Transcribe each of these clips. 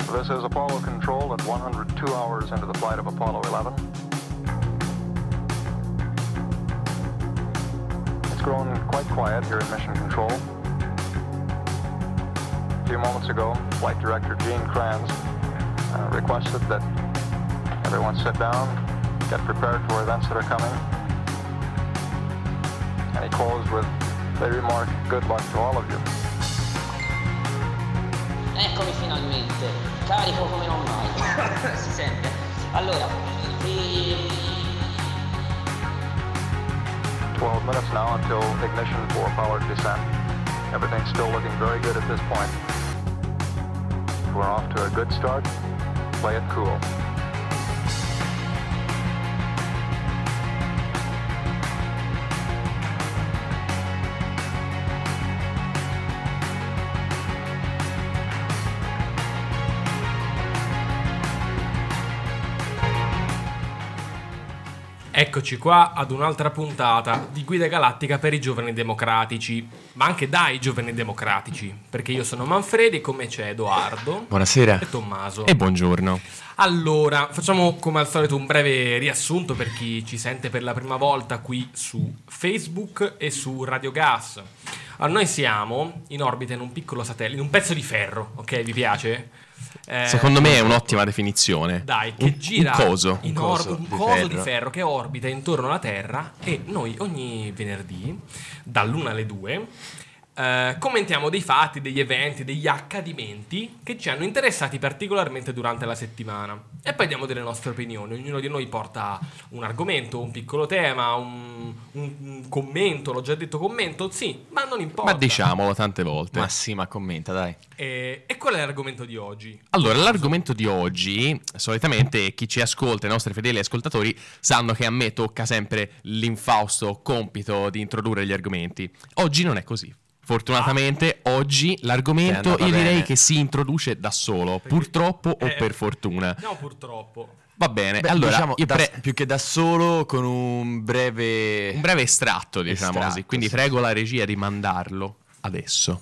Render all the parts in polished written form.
This is Apollo Control at 102 hours into the flight of Apollo 11. It's grown quite quiet here in Mission Control. A few moments ago, Flight Director Gene Kranz requested that everyone sit down, get prepared for events that are coming. And he closed with the remark, good luck to all of you. Eccomi finalmente, carico come non mai, si sente. Allora, 12 minutes now until ignition for powered descent. Everything's still looking very good at this point. We're off to a good start. Play it cool. Eccoci qua ad un'altra puntata di Guida Galattica per i giovani democratici, ma anche dai giovani democratici, perché io sono Manfredi e con me c'è Edoardo. Buonasera. E Tommaso. E buongiorno. Allora, facciamo come al solito un breve riassunto per chi ci sente per la prima volta qui su Facebook e su Radio Gas. Allora, noi siamo in orbita in un piccolo satellite, in un pezzo di ferro, ok? Vi piace? Secondo me è un'ottima definizione. Dai, che gira un coso di ferro che orbita intorno alla Terra, e noi ogni venerdì dall'1 alle 2 commentiamo dei fatti, degli eventi, degli accadimenti che ci hanno interessati particolarmente durante la settimana, e poi diamo delle nostre opinioni. Ognuno di noi porta un argomento, un piccolo tema, un commento. L'ho già detto commento? Sì, ma non importa. Ma diciamolo tante volte. Ma sì, ma commenta, dai. E qual è l'argomento di oggi? Allora, l'argomento di oggi, solitamente chi ci ascolta, i nostri fedeli ascoltatori, sanno che a me tocca sempre l'infausto compito di introdurre gli argomenti. Oggi non è così. Fortunatamente oggi l'argomento io direi bene. Che si introduce da solo, purtroppo o per fortuna. No, purtroppo. Va bene, Beh, allora diciamo, io più che da solo, con un breve estratto, diciamo estratto, così. Quindi sì. prego la regia di mandarlo adesso.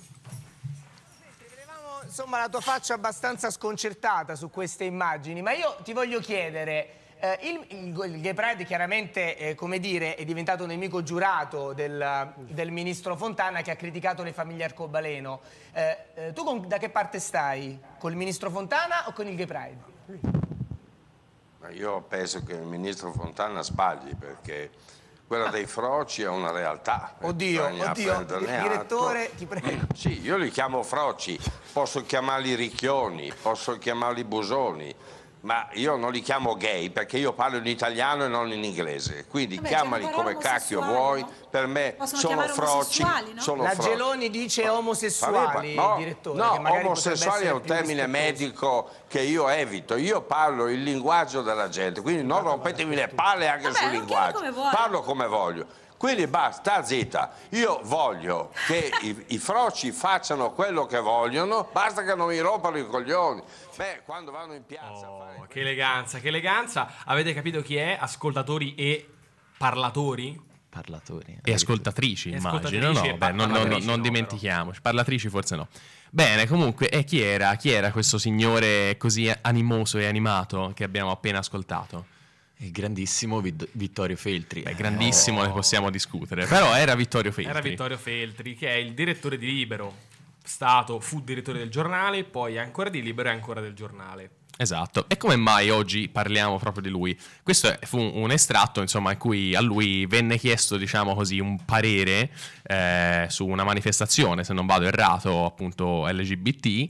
Vedevamo insomma la tua faccia abbastanza sconcertata su queste immagini, ma io ti voglio chiedere, il Gay Pride chiaramente, come dire, è diventato nemico giurato del ministro Fontana, che ha criticato le famiglie arcobaleno. Tu da che parte stai? Col ministro Fontana o con il Gay Pride? Ma io penso che il ministro Fontana sbagli, perché quella dei froci è una realtà. Oddio, direttore, atto. ti prego. Sì, io li chiamo froci, posso chiamarli ricchioni, posso chiamarli busoni, ma io non li chiamo gay perché io parlo in italiano e non in inglese. Quindi chiamali come cacchio vuoi, no? Per me sono froci. No? Sono La froci. Geloni dice omosessuali, no, direttore. No, che magari omosessuali è un potrebbe essere più termine rispettoso. medico che io evito. Io parlo il linguaggio della gente, quindi non rompetemi le palle anche sul linguaggio. Parlo come voglio. Quindi basta, sta zitta. Io voglio che i froci facciano quello che vogliono, basta che non mi rompano i coglioni. Beh, quando vanno in piazza a fare... Che eleganza, che eleganza. Avete capito chi è? Ascoltatori e parlatori? Parlatori. E ascoltatrici, E immagino. ascoltatrici No, e beh, parlatrici, non no, dimentichiamoci. Parlatrici forse no. Bene, comunque, chi era questo signore così animoso e animato che abbiamo appena ascoltato? Il grandissimo Vittorio Feltri. Beh, grandissimo, ne possiamo discutere. Però era Vittorio Feltri. Era Vittorio Feltri, che è il direttore di Libero. Fu direttore del giornale, poi ancora di Libero e ancora del giornale. Esatto. E come mai oggi parliamo proprio di lui? Questo fu un estratto, insomma, in cui a lui venne chiesto, diciamo così, un parere su una manifestazione, se non vado errato, appunto LGBT.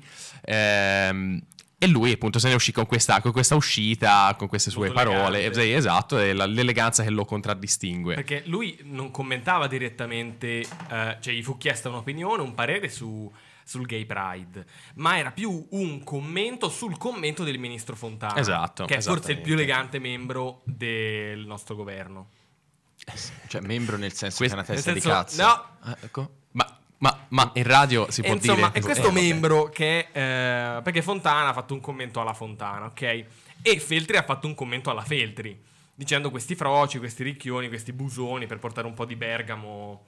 E lui appunto se ne uscì con questa uscita, con queste sue molto parole, elegante. sì, esatto, e l'eleganza che lo contraddistingue. Perché lui non commentava direttamente, cioè gli fu chiesta un'opinione, un parere sul Gay Pride, ma era più un commento sul commento del ministro Fontana, Esatto, che è forse il più esattamente. elegante membro del nostro governo. Cioè, membro nel senso che è una Nel testa di senso, cazzo. no. Ecco. Ma in radio si E può insomma, dire... è questo membro che perché Fontana ha fatto un commento alla Fontana, ok? E Feltri ha fatto un commento alla Feltri. dicendo questi froci, questi ricchioni, questi busoni per portare un po' di Bergamo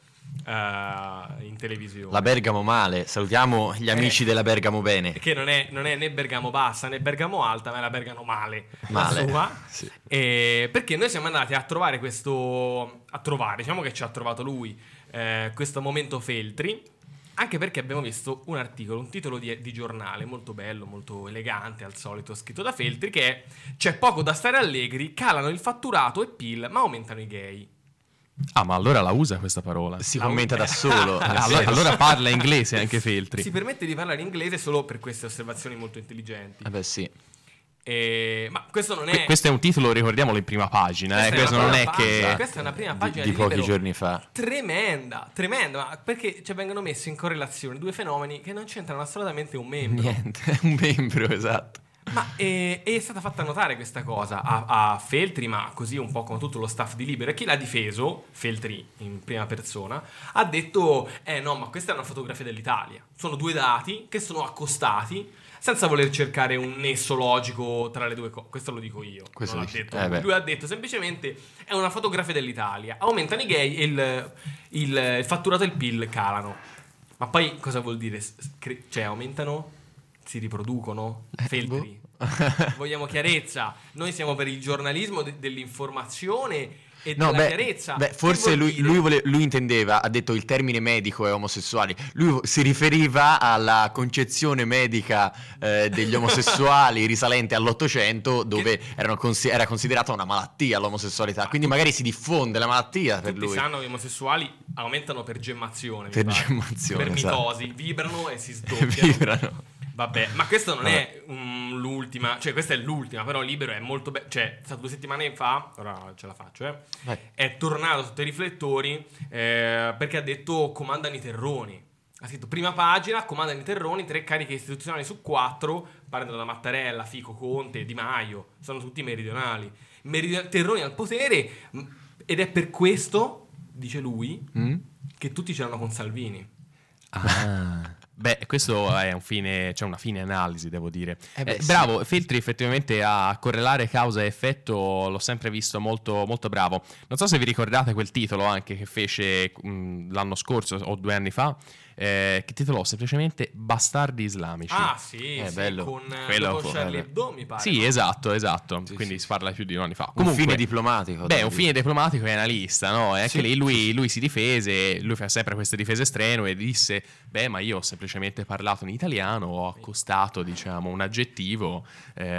in televisione. La Bergamo male, salutiamo gli amici della Bergamo bene. Che non è né Bergamo bassa né Bergamo alta, ma è la Bergamo male. Male, La sua. sì. Perché noi siamo andati a trovare diciamo che ci ha trovato lui, questo momento Feltri, anche perché abbiamo visto un articolo, un titolo di giornale molto bello, molto elegante, al solito, scritto da Feltri, che è: c'è poco da stare allegri, calano il fatturato e PIL, ma aumentano i gay. Ah, ma allora la usa questa parola? Si commenta da solo. Allora parla inglese anche Feltri. Si permette di parlare inglese solo per queste osservazioni molto intelligenti. Beh sì. Ma questo non è... Questo è un titolo, ricordiamolo, in prima pagina. Questo non è che... Questa è una prima pagina di pochi Libero. giorni fa. Tremenda, ma perché vengono messi in correlazione due fenomeni che non c'entrano assolutamente un membro. Niente, un membro, esatto. Ma è stata fatta notare questa cosa a Feltri, ma così un po' come tutto lo staff di Libero, e chi l'ha difeso, Feltri in prima persona, ha detto: no, ma questa è una fotografia dell'Italia, sono due dati che sono accostati senza voler cercare un nesso logico tra le due cose. Questo lo dico io, questo non l'ha detto lui ha detto semplicemente è una fotografia dell'Italia, aumentano i gay e il fatturato e il PIL calano. Ma poi cosa vuol dire? Cioè aumentano? Si riproducono? Feltri? Vogliamo chiarezza. Noi siamo per il giornalismo dell'informazione e della chiarezza. Forse lui intendeva, ha detto il termine medico è omosessuali. Lui si riferiva alla concezione medica degli omosessuali risalente all'Ottocento, dove era considerata una malattia l'omosessualità. Quindi magari si diffonde la malattia per lui. Tutti sanno che gli omosessuali aumentano per gemmazione. Per gemmazione, per esatto. mitosi, vibrano e si sdoppiano. Vibrano. Vabbè, ma questo non è l'ultima, cioè questa è l'ultima, però Libero è molto bello, cioè è stato 2 settimane fa, ora ce la faccio, è tornato sotto i riflettori perché ha detto comandano i terroni. Ha scritto prima pagina, comandano i terroni, 3 cariche istituzionali su 4, parlando da Mattarella, Fico, Conte, Di Maio, sono tutti meridionali. Terroni al potere, ed è per questo, dice lui, che tutti c'erano con Salvini. Beh, questo è c'è una fine analisi, devo dire. Sì. Bravo, Feltri effettivamente a correlare causa e effetto l'ho sempre visto molto, molto bravo. Non so se vi ricordate quel titolo anche che fece l'anno scorso o 2 anni fa, che titolò semplicemente Bastardi Islamici. Ah sì, bello. Con Quello Charlie Hebdo, mi pare. Sì, no? esatto. Sì, Quindi sì. si parla di più di 2 anni fa. Un fine diplomatico. Beh, un fine diplomatico e analista, no? E anche Sì, lì lui si difese, lui fa sempre queste difese strenue e disse: beh, ma io ho semplicemente parlato in italiano, ho accostato, diciamo, un aggettivo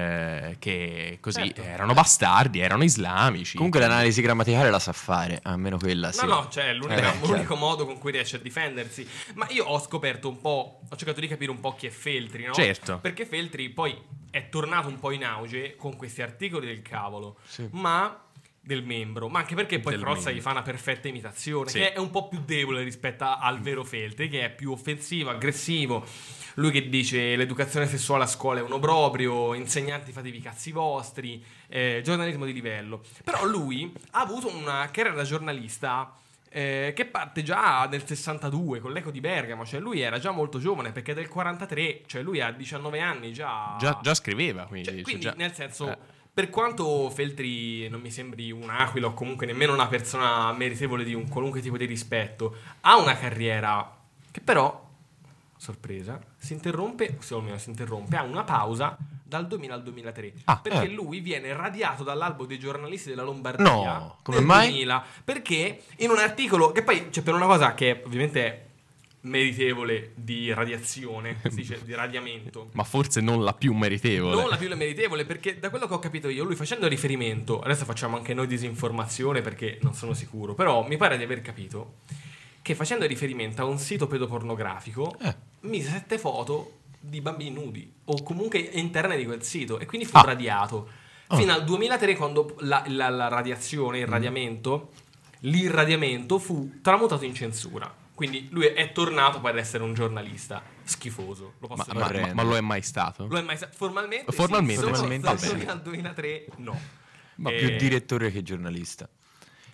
che così erano bastardi, erano islamici. Comunque l'analisi grammaticale la sa fare, almeno quella sì. No, cioè l'unico modo con cui riesce a difendersi. Ma io ho scoperto un po', ho cercato di capire un po' chi è Feltri, no? Certo. Perché Feltri poi è tornato un po' in auge con questi articoli del cavolo, Sì. ma del membro, ma anche perché poi Del Crozza membro. gli fa una perfetta imitazione, Sì. che è un po' più debole rispetto al vero Feltri, che è più offensivo, aggressivo. Lui che dice l'educazione sessuale a scuola è un obbrobrio, insegnanti fatevi i cazzi vostri, giornalismo di livello. Però lui ha avuto una carriera da giornalista che parte già nel 62 con l'Eco di Bergamo, cioè lui era già molto giovane perché è del 43, cioè lui ha 19 anni già scriveva, quindi, cioè, quindi già- nel senso per quanto Feltri non mi sembri un aquila o comunque nemmeno una persona meritevole di un qualunque tipo di rispetto, ha una carriera che però, sorpresa, si interrompe, o almeno si interrompe, ha una pausa dal 2000 al 2003 perché lui viene radiato dall'albo dei giornalisti della Lombardia. No, come nel mai? 2000, perché in un articolo che poi c'è per una cosa che ovviamente è meritevole di radiazione, si dice di radiamento, ma forse non la più meritevole. non la più meritevole, perché da quello che ho capito io, lui facendo riferimento, adesso facciamo anche noi disinformazione perché non sono sicuro, però mi pare di aver capito che facendo riferimento a un sito pedopornografico mise 7 foto di bambini nudi o comunque interne di quel sito e quindi fu radiato fino al 2003, quando la radiazione, l'irradiamento fu tramutato in censura. Quindi lui è tornato poi ad essere un giornalista schifoso. Lo posso dire. Ma lo è mai stato? Lo è mai formalmente? Formalmente, sì, formalmente dal sì. 2000 al 2003 no. Ma più direttore che giornalista.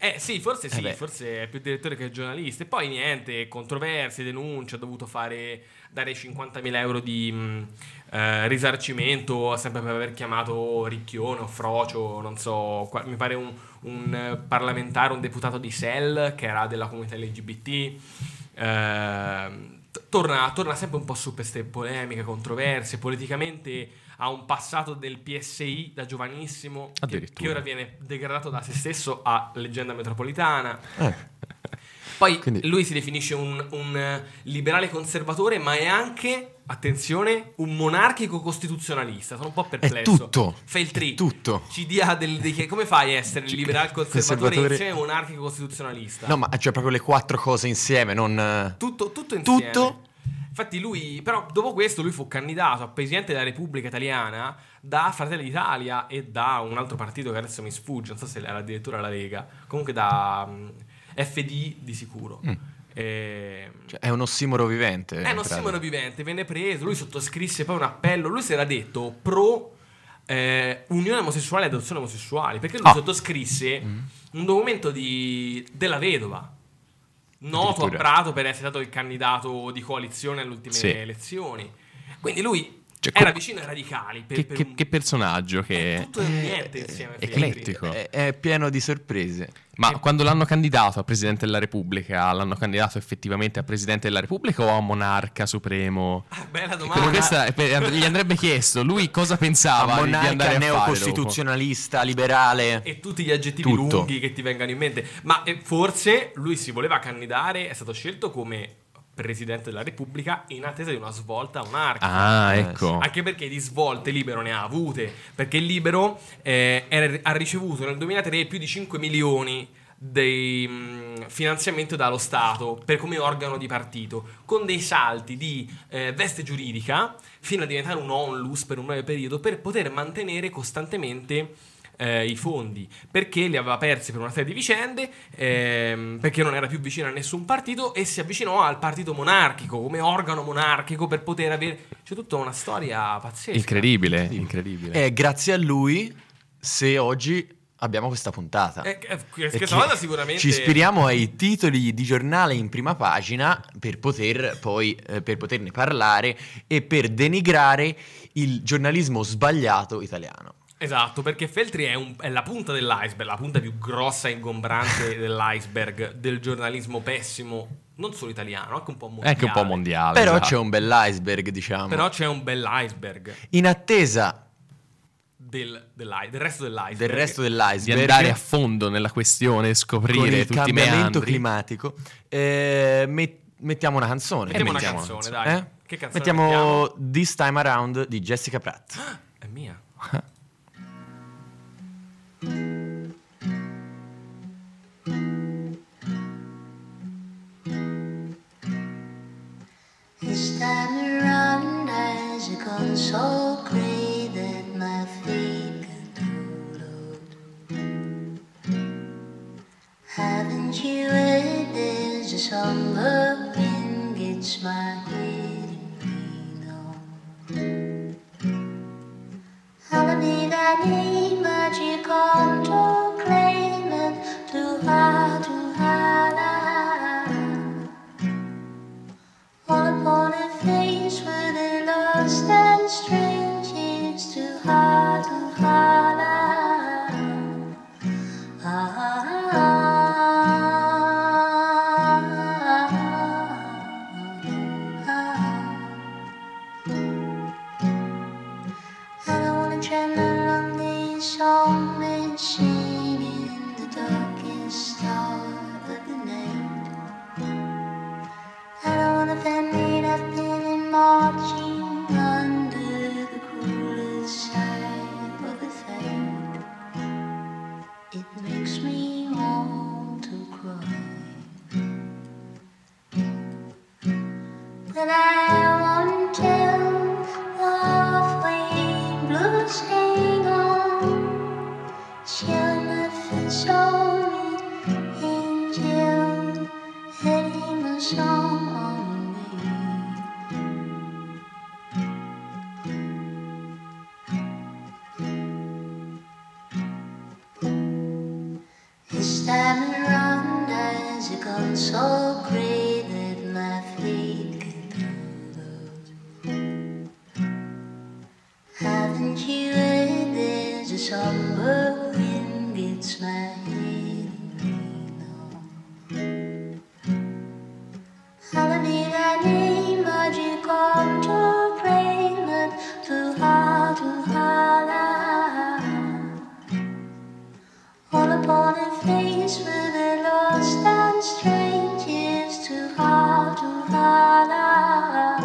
Sì, forse sì, forse è più direttore che giornalista. E poi niente, controversie, denunce, ha dovuto dare 50.000 euro di risarcimento, sempre per aver chiamato ricchione o frocio, non so, mi pare un parlamentare, un deputato di SEL, che era della comunità LGBT. Torna sempre un po' su queste polemiche, controversie, politicamente ha un passato del PSI da giovanissimo che ora viene degradato da se stesso a leggenda metropolitana. Poi lui si definisce un liberale conservatore, ma è anche, attenzione, un monarchico costituzionalista. Sono un po' perplesso. È tutto. Feltri, tutto. ci dia come fai a essere liberale conservatore insieme monarchico costituzionalista? No, ma c'è proprio le 4 cose insieme, non... Tutto insieme. Tutto. Infatti lui, però dopo questo lui fu candidato a Presidente della Repubblica Italiana da Fratelli d'Italia e da un altro partito che adesso mi sfugge, non so se era addirittura la Lega, comunque da FD di sicuro. Cioè, è un ossimoro vivente. È un ossimoro vivente, venne preso, lui sottoscrisse poi un appello, lui si era detto pro unione omosessuale e adozione omosessuali, perché lui sottoscrisse un documento della vedova, noto a Prato per essere stato il candidato di coalizione alle ultime elezioni. Quindi lui era vicino ai radicali. Che personaggio che è tutto e niente insieme. Eclettico. È pieno di sorprese. Ma quando l'hanno candidato a Presidente della Repubblica, l'hanno candidato effettivamente a Presidente della Repubblica o a Monarca Supremo? Bella domanda. Gli andrebbe chiesto, lui cosa pensava di andare a fare neocostituzionalista, liberale. E tutti gli aggettivi lunghi che ti vengano in mente. Ma forse lui si voleva candidare, è stato scelto come Presidente della Repubblica in attesa di una svolta monarchica. Ecco. Anche perché di svolte Libero ne ha avute, perché Libero ha ricevuto nel 2003 più di 5 milioni di finanziamento dallo Stato per come organo di partito, con dei salti di veste giuridica fino a diventare un onlus per un breve periodo, per poter mantenere costantemente i fondi, perché li aveva persi per una serie di vicende, perché non era più vicino a nessun partito e si avvicinò al partito monarchico come organo monarchico per poter avere... C'è tutta una storia pazzesca, incredibile. È grazie a lui se oggi abbiamo questa puntata. Questa volta sicuramente ci ispiriamo ai titoli di giornale in prima pagina per poter poi per poterne parlare e per denigrare il giornalismo sbagliato italiano. Esatto, perché Feltri è la punta dell'iceberg, la punta più grossa e ingombrante dell'iceberg del giornalismo pessimo, non solo italiano, anche un po' mondiale. Anche un po' mondiale. Però c'è un bell'iceberg, diciamo. Però c'è un bell'iceberg. In attesa del resto dell'iceberg. Del resto dell'iceberg. Di andare a fondo nella questione, scoprire con il tutti i cambiamento meandri climatico. Mettiamo una canzone. Mettiamo una canzone, dai. Che canzone mettiamo This Time Around di Jessica Pratt. È mia. This time around has gone so gray that my feet can hold. Haven't you heard there's a summer wind gets my head in I'll be that name but you come to claim it too hard, too hard. All upon a face with a lost and strange is too hard, too hard. I don't wanna travel along these songs and sing in the darkest hour of the night. I don't wanna family I've been marching under the cruelest side of the fate. It makes me want to cry, but I won't tell the flame blues hang on. She'll never show me angel heading a song on me. This time sun so gray that my feet can haven't you heard there's a summer wind gets my head in Alameda name magic come to pray not too hard to holla all upon a face where the lost and strange is too hard to holla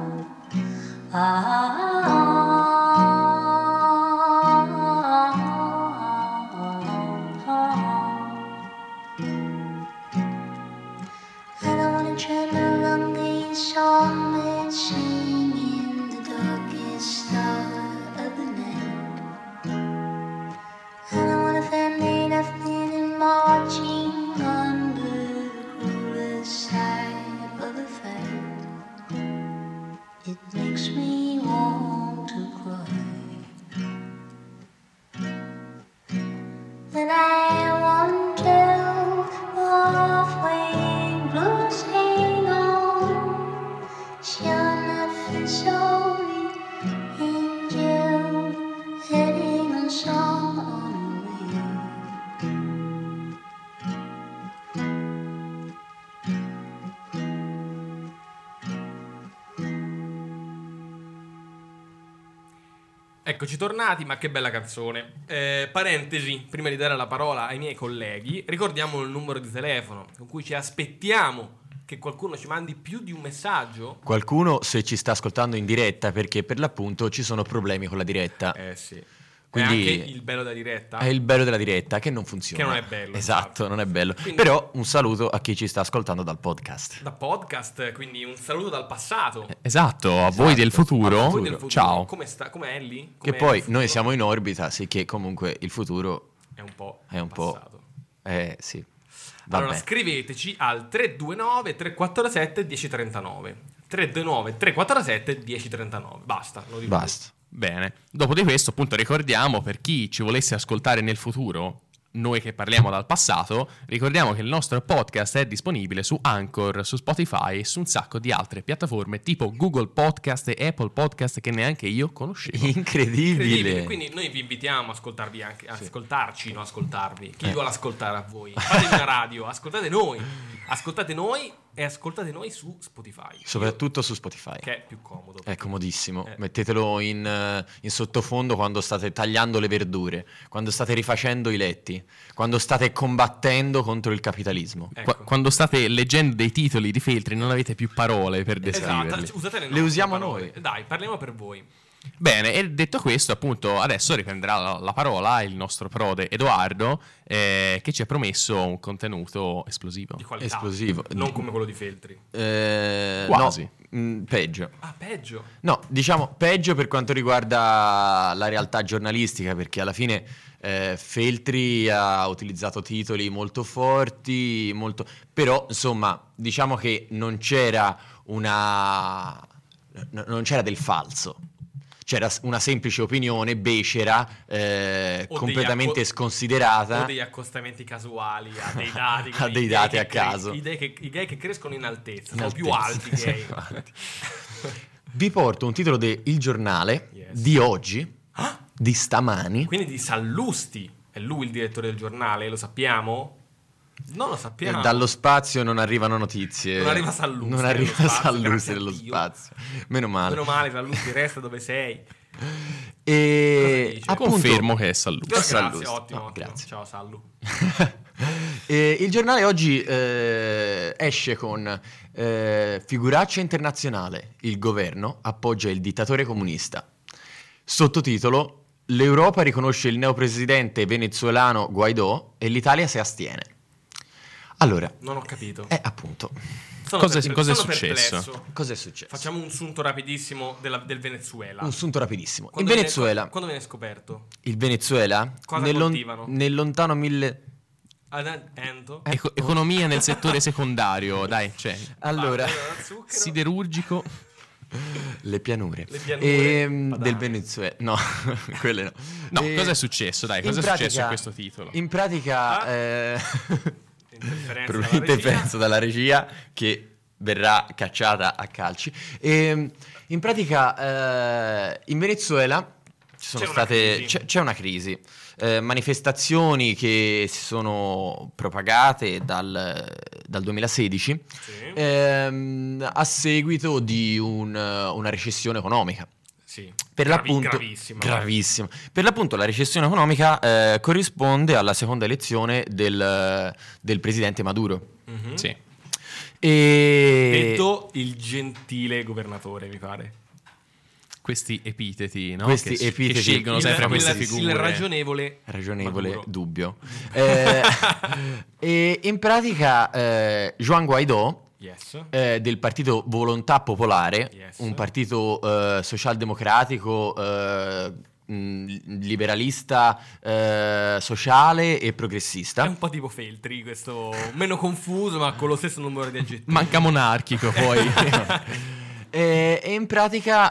I don't wanna travel along these songs and sing in the darkest hour of the night. I don't want a family nothing and marching under the cruelest side of the fight. It makes me want to cry. But I won't tell halfway blues hang on. You're nothing sorry, angel, heading on song on the Eccoci tornati, ma che bella canzone. Parentesi, prima di dare la parola ai miei colleghi, ricordiamo il numero di telefono con cui ci aspettiamo che qualcuno ci mandi più di un messaggio. Qualcuno se ci sta ascoltando in diretta, perché per l'appunto ci sono problemi con la diretta. Sì. Quindi è anche il bello della diretta. È il bello della diretta che non funziona. Che non è bello. Esatto, non è bello. Quindi, però un saluto a chi ci sta ascoltando dal podcast. Da podcast, quindi un saluto dal passato. Esatto, a voi del futuro. A voi del futuro. Ciao. Come è lì? Che poi noi siamo in orbita, sì, che comunque il futuro è un po' passato. Sì. Allora scriveteci al 329 347 1039. 329 347 1039. Basta, lo dico. Basta. Bene, dopo di questo appunto ricordiamo, per chi ci volesse ascoltare nel futuro, noi che parliamo dal passato, ricordiamo che il nostro podcast è disponibile su Anchor, su Spotify e su un sacco di altre piattaforme tipo Google Podcast e Apple Podcast che neanche io conoscevo. Incredibile. Quindi noi vi invitiamo a ascoltarvi anche, ascoltarci, non ascoltarvi. Chi vuole ascoltare a voi? Fate una radio, ascoltate noi e ascoltate noi su Spotify. Soprattutto su Spotify. Che è più comodo. È comodissimo. Mettetelo in sottofondo quando state tagliando le verdure, quando state rifacendo i letti, quando state combattendo contro il capitalismo. Ecco. Quando state leggendo dei titoli di Feltri non avete più parole per descriverli. Esatto, usate le usiamo parole. noi. Dai, parliamo per voi. Bene, e detto questo, appunto, adesso riprenderà la parola il nostro prode Edoardo, che ci ha promesso un contenuto esplosivo. Di qualità. Esplosivo. Non come quello di Feltri. Quasi. No, peggio. Ah, peggio. No, diciamo peggio per quanto riguarda la realtà giornalistica, perché alla fine Feltri ha utilizzato titoli molto forti, però insomma diciamo che non c'era del falso. C'era una semplice opinione becera, completamente sconsiderata. O degli accostamenti casuali a dei dati. A dei dati a caso. I gay che crescono in altezza, sono più alti i gay. Vi porto un titolo de Il Giornale di oggi, di stamani. Quindi di Sallusti. È lui il direttore del giornale, lo sappiamo? Non lo sappiamo. Dallo spazio non arrivano notizie. Non arriva Sallusti. Non arriva Sallusti nello spazio. Meno male. Meno male, Sallusti, resta dove sei. E appunto, confermo che è Sallusti. Grazie, ottimo. Grazie. Ciao Sallu. Il giornale oggi esce con figuraccia internazionale. Il governo appoggia il dittatore comunista. Sottotitolo: l'Europa riconosce il neopresidente venezuelano Guaidó e l'Italia si astiene. Allora, non ho capito. Appunto. Cosa è successo? Cos'è successo? Facciamo un sunto rapidissimo del Venezuela. Un sunto rapidissimo. Quando in Venezuela. Quando viene scoperto? Il Venezuela? Cosa coltivano? Nel lontano Economia nel settore secondario, dai, cioè. Allora, siderurgico. Le pianure. Del Venezuela. No, quelle no. No, cosa è successo? Dai, cosa è successo a questo titolo? In pratica interferenza dalla regia. dalla regia che verrà cacciata a calci. E, in pratica in Venezuela c'è una crisi. Manifestazioni che si sono propagate dal 2016 a seguito di una recessione economica. Sì, Per l'appunto, gravissima. Per l'appunto la recessione economica corrisponde alla seconda elezione del presidente Maduro. Mhm. Sì. Detto il gentile governatore, mi pare. Questi epiteti, no? Questi che epiteti. scelgono sempre queste figure. Il ragionevole Maduro. Dubbio. E in pratica Juan Guaidó, Yes. del partito Volontà Popolare, Yes. un partito socialdemocratico, liberalista, sociale e È progressista. un po' tipo Feltri, questo meno confuso ma con lo stesso numero di aggettivi. Manca monarchico poi. E in pratica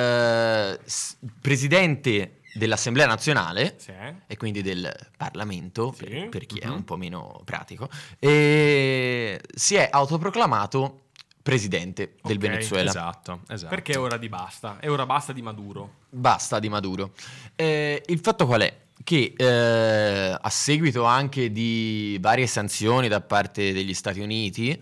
presidente dell'Assemblea Nazionale Sì. e quindi del Parlamento, Sì. per chi è un po' meno pratico, e si è autoproclamato presidente del Ok, Venezuela. Esatto. Perché è ora di basta. È ora basta di Maduro. Basta di Maduro. Il fatto qual è? Che a seguito anche di varie sanzioni da parte degli Stati Uniti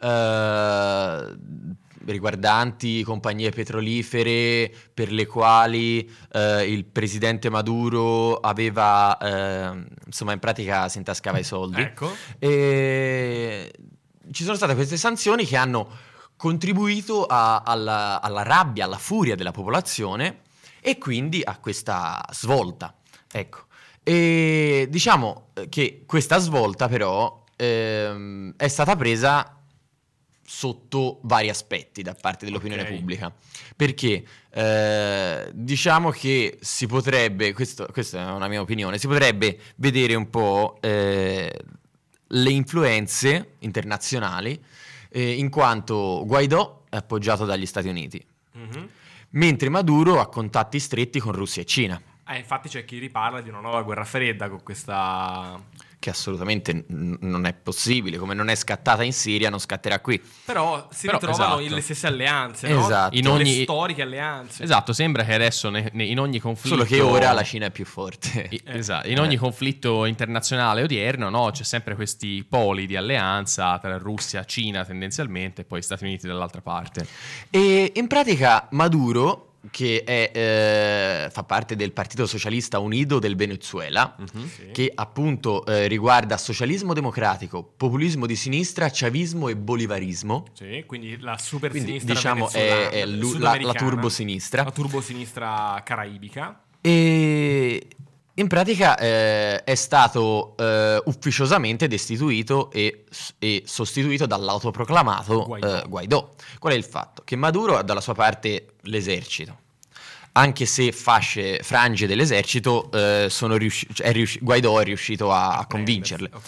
riguardanti compagnie petrolifere per le quali il presidente Maduro aveva insomma in pratica si intascava i soldi, Ecco. e ci sono state queste sanzioni che hanno contribuito alla rabbia, alla furia della popolazione e quindi a questa svolta, ecco. E diciamo che questa svolta però è stata presa sotto vari aspetti da parte dell'opinione Ok. pubblica, perché diciamo che si potrebbe, questa è una mia opinione, si potrebbe vedere un po' le influenze internazionali, in quanto Guaidó è appoggiato dagli Stati Uniti, Mhm. mentre Maduro ha contatti stretti con Russia e Cina, Infatti c'è chi riparla di una nuova guerra fredda con questa... che assolutamente non è possibile, come non è scattata in Siria, non scatterà qui. Però si Però, ritrovano esatto. le stesse alleanze, no? Esatto. In Le ogni- storiche alleanze. Esatto, sembra che adesso in ogni conflitto... Solo che ora la Cina è più forte. Esatto, in ogni conflitto internazionale odierno, no, c'è sempre questi poli di alleanza tra Russia, Cina tendenzialmente e poi Stati Uniti dall'altra parte. E in pratica Maduro, che fa parte del Partito Socialista Unido del Venezuela, Sì. che appunto riguarda socialismo democratico, populismo di sinistra, chavismo e bolivarismo. Sì, quindi la super Quindi sinistra diciamo venezuelana, è la sudamericana, turbosinistra. la turbosinistra caraibica. E in pratica è stato ufficiosamente destituito e sostituito dall'autoproclamato Guaidó. Guaidó. Qual è il fatto? Che Maduro ha dalla sua parte l'esercito, anche se frange dell'esercito Guaidó è riuscito a convincerle. Ok.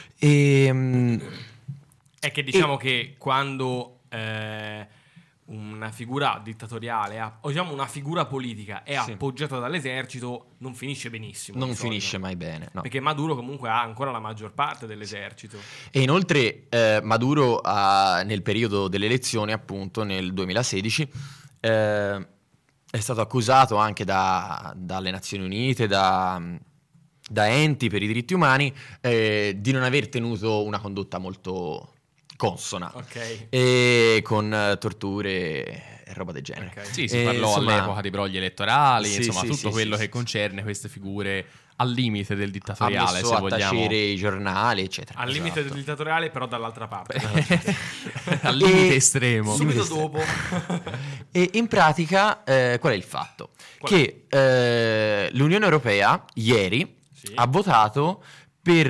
È che diciamo che quando una figura dittatoriale o diciamo una figura politica è Sì. appoggiata dall'esercito non finisce benissimo. Non di solito. finisce mai bene, no. Perché Maduro comunque ha ancora la maggior parte dell'esercito. E inoltre Maduro nel periodo delle elezioni, appunto nel 2016, è stato accusato anche dalle Nazioni Unite, da enti per i diritti umani, di non aver tenuto una condotta molto consona, Ok. e con torture e roba del genere. Ok. Sì, si parlò insomma, all'epoca di brogli elettorali, sì, insomma sì, tutto sì, quello sì, che sì. concerne queste figure al limite del Ha dittatoriale, messo se a vogliamo. tacere i giornali, eccetera. Al limite Esatto. del dittatoriale, però dall'altra parte. Al limite E- estremo. Subito dopo. E in pratica qual è il fatto? Qual è? Che l'Unione Europea ieri Sì. ha votato per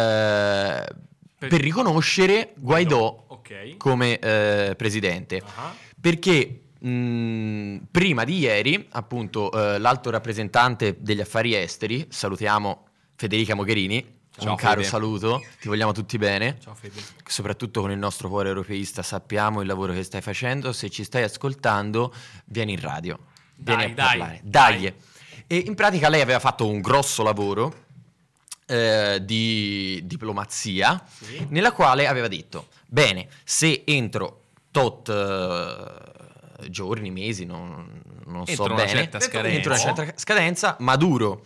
riconoscere Guaidó Ok. come presidente, Ah. perché prima di ieri appunto l'alto rappresentante degli affari esteri, salutiamo Federica Mogherini, Ciao, un caro Fede. saluto, ti vogliamo tutti bene. Ciao Fede. Soprattutto con il nostro cuore europeista sappiamo il lavoro che stai facendo. Se ci stai ascoltando, vieni in radio, vieni Dai, a dai, parlare, dai. dai. E in pratica lei aveva fatto un grosso lavoro di diplomazia, nella quale aveva detto: bene, se entro tot giorni, mesi, non so Entro una bene, certa scadenza. entro una certa scadenza, Maduro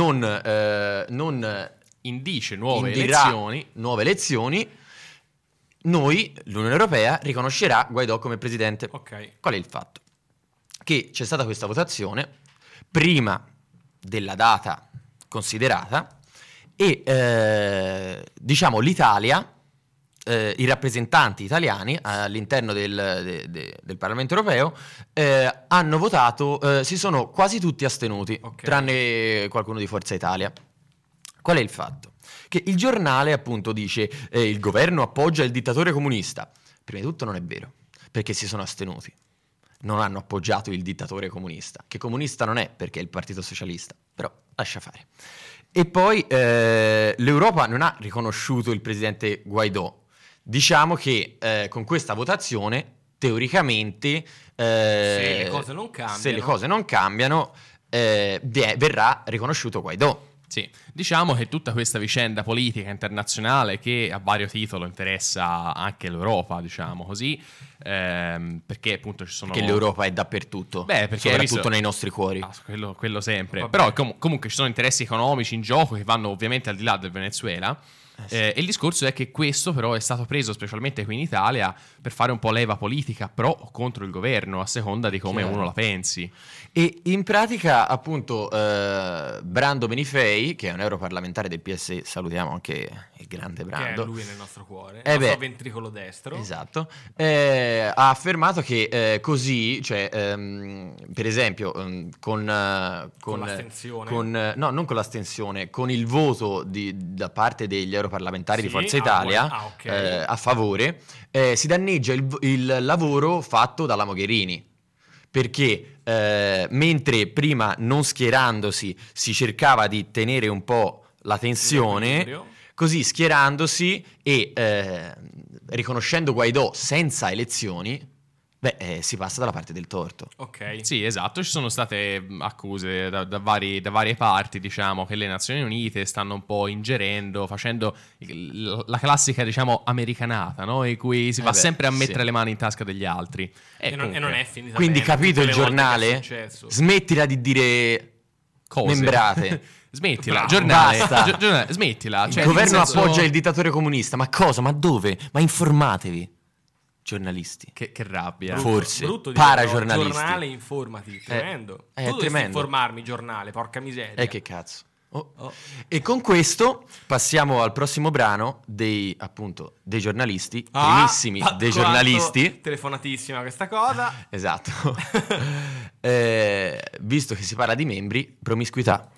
non indice nuove indirà elezioni. nuove elezioni, noi, l'Unione Europea, riconoscerà Guaidó come presidente. Ok. Qual è il fatto? Che c'è stata questa votazione prima della data considerata e diciamo l'Italia, i rappresentanti italiani all'interno del Parlamento europeo hanno votato, si sono quasi tutti astenuti, tranne qualcuno di Forza Italia. Qual è il fatto? Che il giornale appunto dice il governo appoggia il dittatore comunista. Prima di tutto non è vero, perché si sono astenuti. Non hanno appoggiato il dittatore comunista, che comunista non è perché è il Partito Socialista, però lascia fare. E poi l'Europa non ha riconosciuto il presidente Guaidó. Diciamo che con questa votazione, teoricamente, se le cose non cambiano, verrà riconosciuto Guaidó. Sì, diciamo che tutta questa vicenda politica internazionale che a vario titolo interessa anche l'Europa, diciamo così, perché appunto ci sono... Che l'Europa è dappertutto, perché soprattutto nei nostri cuori. Quello sempre. Vabbè. Però comunque ci sono interessi economici in gioco che vanno ovviamente al di là del Venezuela. E il discorso è che questo però è stato preso specialmente qui in Italia per fare un po' leva politica pro o contro il governo, a seconda di come uno la pensi. E in pratica appunto Brando Benifei, che è un europarlamentare del PS, salutiamo anche il grande Brando, che è lui nel nostro cuore, il nostro ventricolo destro. Esatto, ha affermato che così, cioè per esempio con l'astensione, no, non con l'astensione, con il voto da parte degli europarlamentari di Forza Italia a favore, si danneggia il lavoro fatto dalla Mogherini. Perché mentre prima non schierandosi si cercava di tenere un po' la tensione, così schierandosi e riconoscendo Guaidó senza elezioni, si passa dalla parte del torto. Ok. Sì, esatto, ci sono state accuse da varie parti, diciamo, che le Nazioni Unite stanno un po' ingerendo, facendo la classica, diciamo, americanata, no? In cui si va sempre a mettere le mani in tasca degli altri. E non è finita. Quindi bene, capito il giornale? Smettila di dire cose. Membrate. Smettila, Bravo, giornale, basta. Smettila. Il governo appoggia il dittatore comunista. Ma cosa? Ma dove? Ma informatevi. Giornalisti. Che rabbia. Forse. Brutto paragiornalisti. Giornale, informati. Tremendo. Tu dovresti tremendo. Informarmi, giornale, porca miseria. Che cazzo. E con questo passiamo al prossimo brano dei giornalisti, primissimi dei giornalisti. Telefonatissima questa cosa. Esatto. Visto che si parla di membri, promiscuità.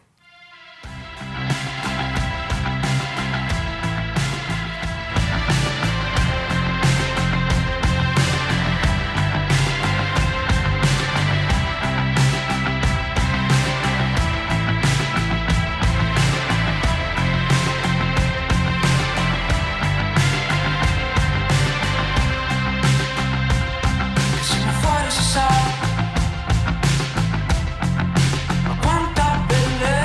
Fuori si sa, ma quanta bellezza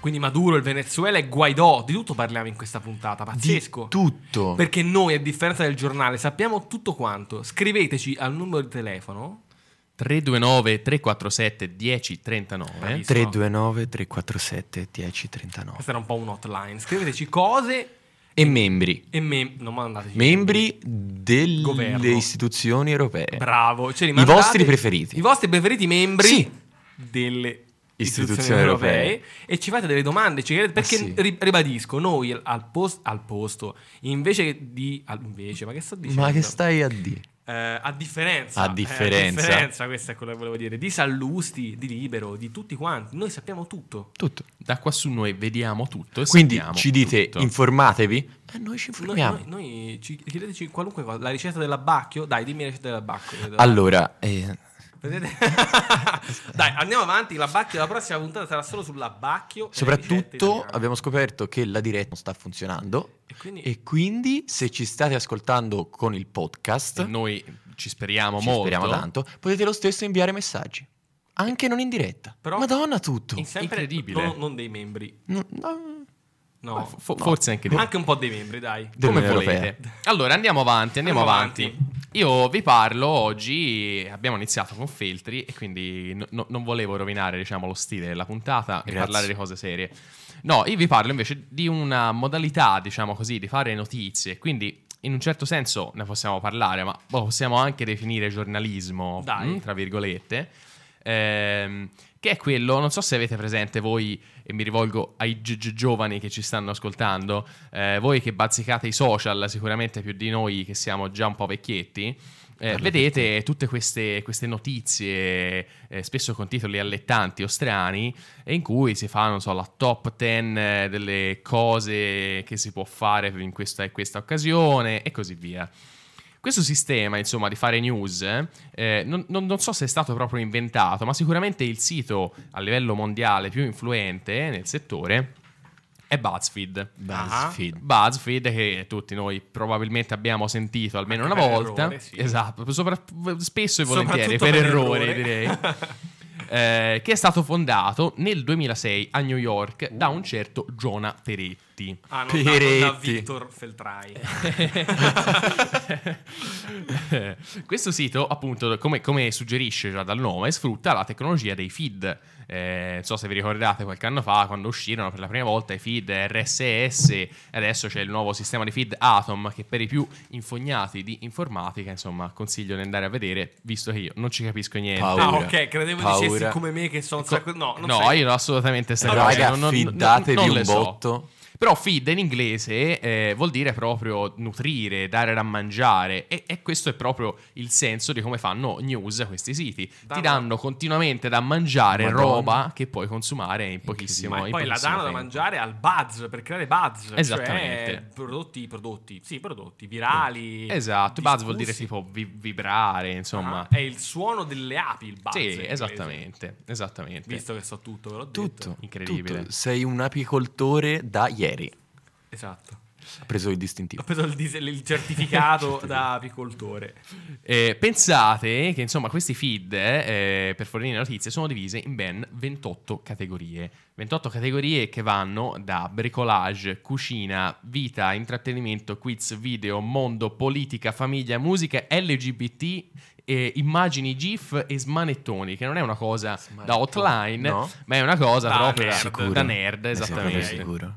Quindi Maduro, il Venezuela e Guaidó, di tutto parliamo in questa puntata, pazzesco. Di tutto. Perché noi, a differenza del giornale, sappiamo tutto quanto. Scriveteci al numero di telefono 329 347 1039. 329 347 1039. Questa era un po' un hotline. Scriveteci cose E membri. e non mandateci Membri delle Governo. istituzioni europee. Bravo, ce li I mandate. vostri preferiti. I vostri preferiti membri Sì. delle Istituzioni istituzioni europee. europee. E ci fate delle domande, ci chiedete, perché sì. ribadisco, noi al posto invece di ma che sto dicendo? Ma che stai a dire? A differenza, A differenza. questo è quello che volevo dire, di Sallusti, di Libero, di tutti quanti, noi sappiamo tutto. Tutto. Da qua su noi vediamo tutto e Quindi sappiamo ci dite tutto. informatevi e noi ci informiamo. Noi chiedeteci qualunque cosa. La ricetta dell'abbacchio? Dai, dimmi la ricetta dell'abbacchio. Allora, Vedete? Dai, andiamo avanti. L'abbacchio, la prossima puntata sarà solo sull'abbacchio. e le ricette soprattutto italiane. abbiamo scoperto che la diretta non sta funzionando E quindi- e quindi se ci state ascoltando con il podcast, E noi ci speriamo ci molto. speriamo tanto, potete lo stesso inviare messaggi. Anche non in diretta. Però- Madonna tutto. sempre Incredibile. non dei membri. No. No, Forse anche di anche un po' dei membri, dai. come dell'Unione volete. Europea. Allora andiamo avanti. Andiamo avanti. Io vi parlo oggi. Abbiamo iniziato con Feltri e quindi non volevo rovinare, diciamo, lo stile della puntata e Grazie. parlare di cose serie. No, io vi parlo invece di una modalità, diciamo così, di fare notizie. Quindi in un certo senso ne possiamo parlare, ma possiamo anche definire giornalismo, Dai. tra virgolette. Che è quello, non so se avete presente voi, e mi rivolgo ai giovani che ci stanno ascoltando, voi che bazzicate i social sicuramente più di noi che siamo già un po' vecchietti, vedete tutte queste notizie, spesso con titoli allettanti o strani, in cui si fa, non so, la top 10 delle cose che si può fare in questa e questa occasione e così via. Questo sistema, insomma, di fare news, non so se è stato proprio inventato, ma sicuramente il sito a livello mondiale più influente nel settore è BuzzFeed. BuzzFeed, che tutti noi probabilmente abbiamo sentito almeno Anche una per volta. errore, sì. Esatto, spesso e volentieri, Soprattutto per per errore, errore. direi. Che è stato fondato nel 2006 a New York da un certo Giona Peretti. Ah, non Peretti. da Victor Feltrai. Questo sito, appunto, come suggerisce già dal nome, sfrutta la tecnologia dei feed. Non so se vi ricordate qualche anno fa, quando uscirono per la prima volta i feed RSS, e adesso c'è il nuovo sistema di feed Atom, che per i più infognati di informatica, insomma, consiglio di andare a vedere, visto che io non ci capisco niente. Paura. Ah, ok, credevo dicessi Paura. come me che sono un sacco. No, non No, sei. io assolutamente sta Allora, cosa. Raga, fidatevi non un le so. botto. Però feed in inglese vuol dire proprio nutrire, dare da mangiare, e questo è proprio il senso di come fanno news questi siti. Ti danno continuamente da mangiare Madonna. roba che puoi consumare in pochissimo Ma in poi la pochissimo danno da tempo. mangiare al buzz, per creare buzz. Esattamente. Cioè prodotti virali. Esatto, buzz vuol dire discussi. tipo vibrare, insomma. Ah, è il suono delle api il buzz. in Sì, inglese. esattamente. Visto che so tutto, ve l'ho Tutto. detto. Incredibile. Tutto. Sei un apicoltore da ieri. Esatto. Ha preso il Ho distintivo. preso il certificato da apicoltore. Pensate che insomma questi feed per fornire notizie sono divise in ben 28 categorie. 28 categorie che vanno da bricolage, cucina, vita, intrattenimento, quiz, video, mondo, politica, famiglia, musica, LGBT, immagini GIF e smanettoni, che non è una cosa da hotline, no? ma è una cosa Da proprio nerd. Sicuro. da nerd, Ne siamo esattamente. sicuro.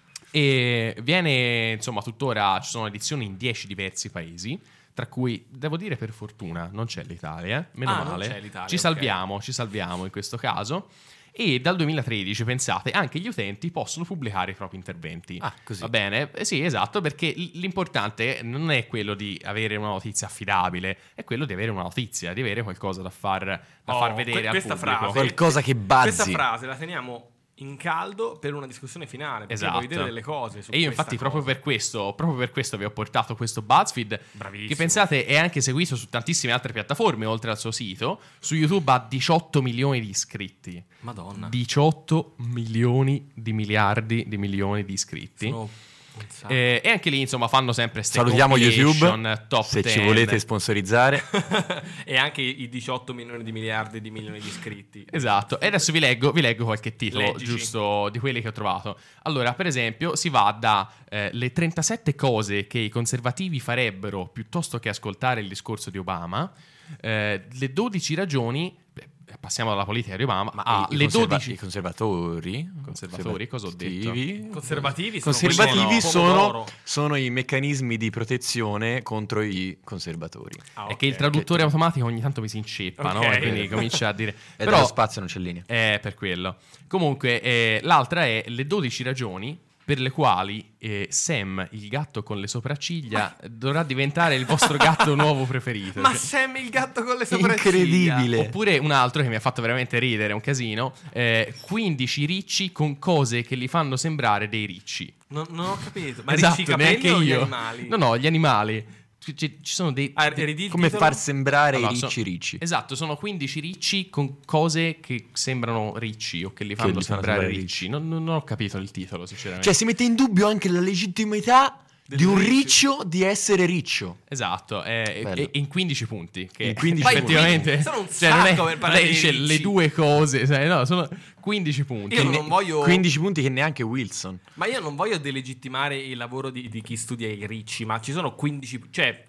E viene, insomma, tuttora ci sono edizioni in 10 diversi paesi, tra cui, devo dire, per fortuna non c'è l'Italia, meno Ah, non male. c'è l'Italia, ci ok. salviamo in questo caso. E dal 2013, pensate, anche gli utenti possono pubblicare i propri interventi. Ah, così. Va bene? Sì, esatto, perché l'importante non è quello di avere una notizia affidabile, è quello di avere una notizia, di avere qualcosa da far vedere al questa pubblico. frase, Qualcosa che bazzi. Questa frase la teniamo in caldo per una discussione finale, perché Esatto. voglio dire delle cose su E io questa infatti cosa. proprio per questo vi ho portato questo BuzzFeed, Bravissimo. che pensate è anche seguito su tantissime altre piattaforme oltre al suo sito. Su YouTube ha 18 milioni di iscritti. Madonna. 18 milioni di miliardi di milioni di iscritti. Sono E anche lì, insomma, fanno sempre Salutiamo YouTube, top se 10. ci volete sponsorizzare. E anche i 18 milioni di miliardi di milioni di iscritti. Esatto, e adesso vi leggo qualche titolo. Leggici. Giusto di quelli che ho trovato. Allora, per esempio, si va da le 37 cose che i conservativi farebbero piuttosto che ascoltare il discorso di Obama, le 12 ragioni, passiamo dalla politica di Obama, Ma le 12 i conservatori, cosa ho detto? Conservativi sono i meccanismi di protezione contro i conservatori. È che il traduttore automatico ogni tanto mi si inceppa, no? E quindi comincia a dire... E dallo spazio non c'è linea. Per quello. Comunque, l'altra è le 12 ragioni per le quali Sam, il gatto con le sopracciglia, dovrà diventare il vostro gatto nuovo preferito. Ma Sam, il gatto con le sopracciglia. Incredibile. Oppure un altro che mi ha fatto veramente ridere, un casino, 15 ricci con cose che li fanno sembrare dei ricci. Non ho capito. Ma Esatto, ricci capelli neanche o gli io. animali? No, gli animali. Ci sono dei... Come far sembrare Allora, i ricci. Esatto, sono 15 ricci con cose che sembrano ricci o che li fanno sembrare ricci. Non ho capito il titolo, sinceramente. Cioè si mette in dubbio anche la legittimità di un riccio di essere riccio. Esatto, e in 15 punti. Che In 15 effettivamente sono un cioè, non è- sacco per parlare lei di dice ricci. le due cose, sai, no, sono 15 punti. Io non voglio 15 punti che neanche Wilson. Ma io non voglio delegittimare il lavoro di chi studia i ricci, ma ci sono 15... Cioè,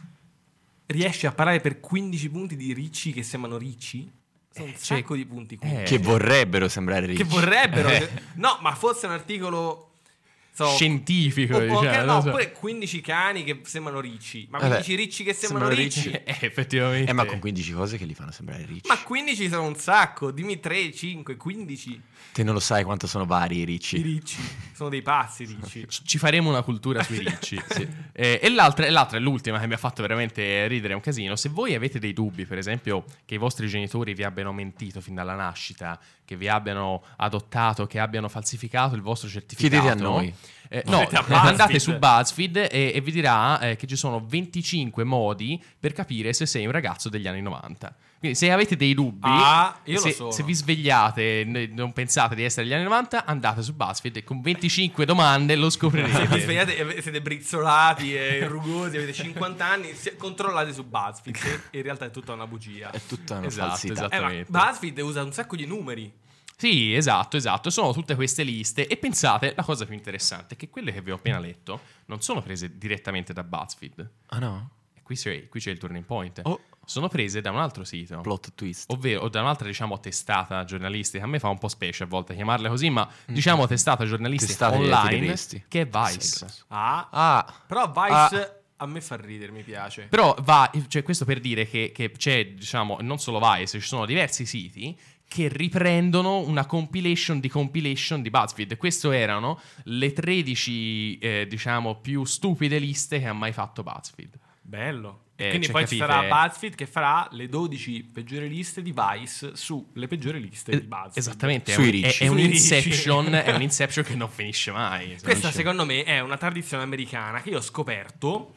riesci a parlare per 15 punti di ricci che sembrano ricci? Sono un sacco di punti qui. Che vorrebbero sembrare ricci. Che vorrebbero... No, ma fosse un articolo... Scientifico, diciamo. no, non so. oppure 15 cani che sembrano ricci. Ma Vabbè, 15 ricci che sembrano ricci? Effettivamente. Ma con 15 cose che li fanno sembrare ricci. Ma 15 sono un sacco. Dimmi 3, 5, 15. Te non lo sai quanto sono vari i ricci. I ricci. Sono dei pazzi i ricci. Ci faremo una cultura sui ricci. Sì. E l'altra è l'ultima che mi ha fatto veramente ridere un casino. Se voi avete dei dubbi, per esempio, che i vostri genitori vi abbiano mentito fin dalla nascita, che vi abbiano adottato, che abbiano falsificato il vostro certificato, chiedete a noi. No, a BuzzFeed. andate su BuzzFeed e vi dirà che ci sono 25 modi per capire se sei un ragazzo degli anni 90. Quindi se avete dei dubbi, io lo sono. se vi svegliate e non pensate di essere degli anni 90, andate su BuzzFeed e con 25 domande lo Se vi scoprirete. svegliate e siete brizzolati e rugosi, avete 50 anni, controllate su BuzzFeed, che in realtà è tutta una bugia. È tutta una Esatto, falsità. esatto. Ma Esattamente. BuzzFeed usa un sacco di numeri. Sì, esatto. Sono tutte queste liste. E pensate, la cosa più interessante è che quelle che vi ho appena letto non sono prese direttamente da BuzzFeed. Ah no? E qui c'è il turning point. Oh. Sono prese da un altro sito. Plot twist. Ovvero, o da un'altra, diciamo, testata giornalistica. A me fa un po' specie a volte chiamarle così, ma diciamo testata giornalistica Testata online, diresti. che è Vice. Però Vice a me fa ridere, mi piace. Però cioè, questo per dire che c'è, diciamo, non solo Vice, ci sono diversi siti che riprendono una compilation di BuzzFeed. Queste erano le 13, diciamo, più stupide liste che ha mai fatto BuzzFeed. Bello. Quindi cioè, poi capite? ci sarà BuzzFeed che farà le 12 peggiori liste di Vice sulle peggiori liste di BuzzFeed. Esattamente, Sui ricci. è un Sui ricci. inception, è un inception che non finisce mai. Questa secondo me è una tradizione americana che io ho scoperto.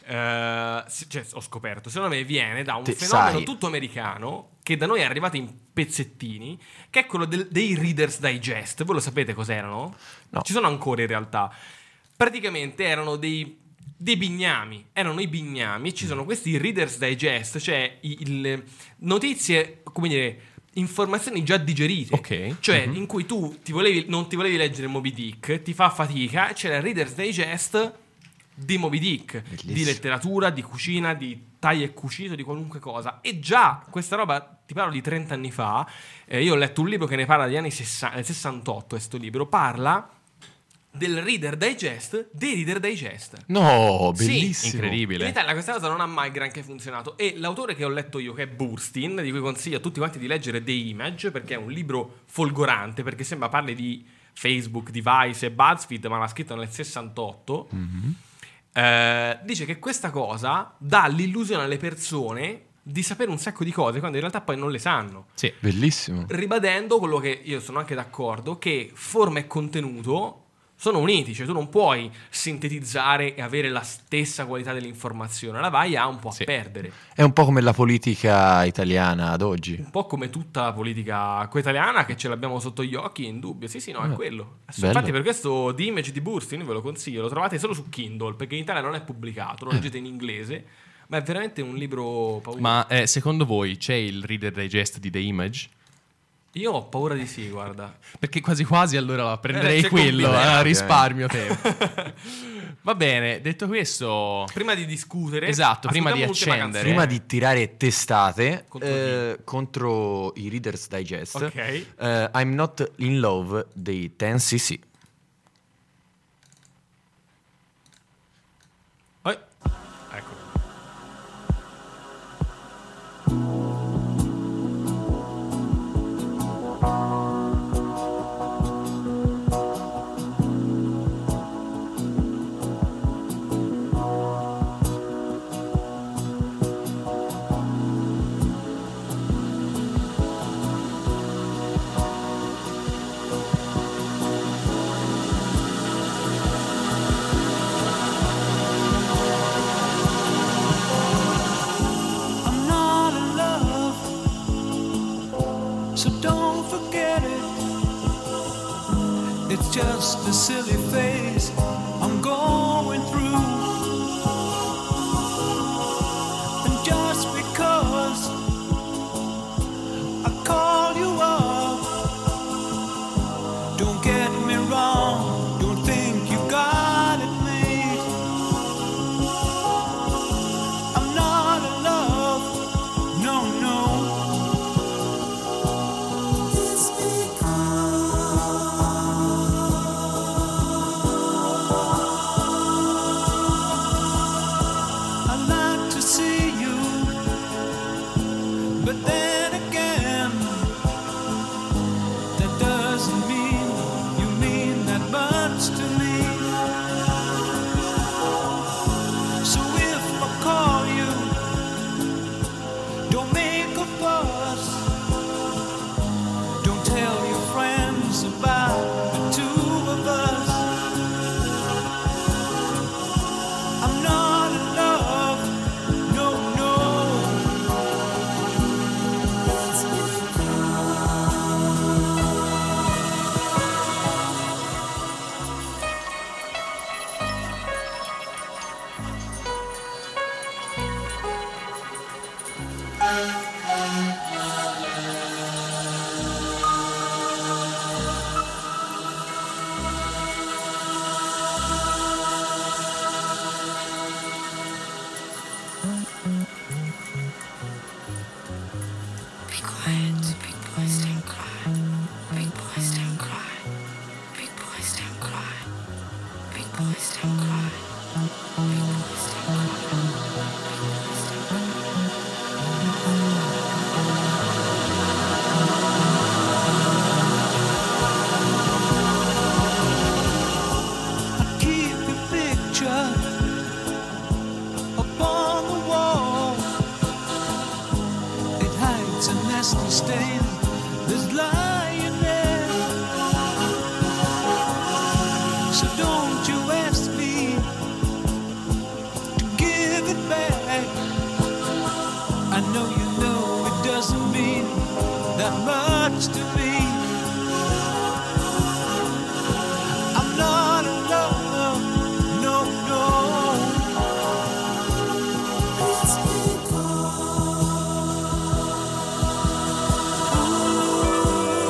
Secondo me viene da un fenomeno sai. tutto americano che da noi è arrivato in pezzettini, che è quello dei Reader's Digest. Voi lo sapete cos'erano? No. Ci sono ancora in realtà. Praticamente erano dei bignami, erano i bignami, e ci sono questi Reader's Digest, cioè notizie, come dire, informazioni già digerite, Ok. cioè in cui tu non ti volevi leggere Moby Dick, ti fa fatica, e c'era il Reader's Digest di Moby Dick, Bellissimo. di letteratura, di cucina, di taglio e cucito, di qualunque cosa. E già questa roba, ti parlo di 30 anni fa, io ho letto un libro che ne parla degli anni 68, questo libro parla del Reader Digest dei Reader Digest. No, Sì, bellissimo. incredibile. In Italia questa cosa non ha mai granché funzionato, e l'autore che ho letto io, che è Burstyn, di cui consiglio a tutti quanti di leggere The Image, perché è un libro folgorante, perché sembra parli di Facebook, di Vice e BuzzFeed, ma l'ha scritto nel 68. Dice che questa cosa dà l'illusione alle persone di sapere un sacco di cose quando in realtà poi non le sanno, Bellissimo. ribadendo quello che io sono anche d'accordo, che forma e contenuto sono uniti, cioè tu non puoi sintetizzare e avere la stessa qualità dell'informazione, la vai a un po' a perdere. È un po' come la politica italiana ad oggi. Un po' come tutta la politica italiana, che ce l'abbiamo sotto gli occhi, in dubbio. Sì, no, è quello. Infatti per questo The Image di Burstyn ve lo consiglio, lo trovate solo su Kindle, perché in Italia non è pubblicato, lo leggete in inglese, ma è veramente un libro pauroso. Ma secondo voi c'è il Reader Digest di The Image? Io ho paura di sì, guarda. Perché quasi quasi allora prenderei c'è quello, risparmio tempo. tempo. Va bene, detto questo, Prima di discutere, esatto, prima di ascoltiamo l'ultima accendere, Prima di tirare testate Contro contro i Reader's Digest, Ok. I'm Not in Love dei 10cc. Ecco. I'm not in love, so don't forget it. It's just a silly phase I'm going through. And just because I call you up, don't get me wrong, don't think you got it made. I'm not in love, no, no. It's I like to see you, but then again, that doesn't mean you mean that much to me. So if I call you, don't make a fuss. Don't tell your friends about the two of us. I'm not in love, no, no. Be quiet, big boys don't cry. Big boys don't cry. Big boys don't cry. Big boys don't cry. Big boys don't cry. I keep your picture upon the wall. It hides a nasty stain that's lying there. So don't you ask me to give it back. I know you know it doesn't mean that much to me. I'm not in love, no, no. It's because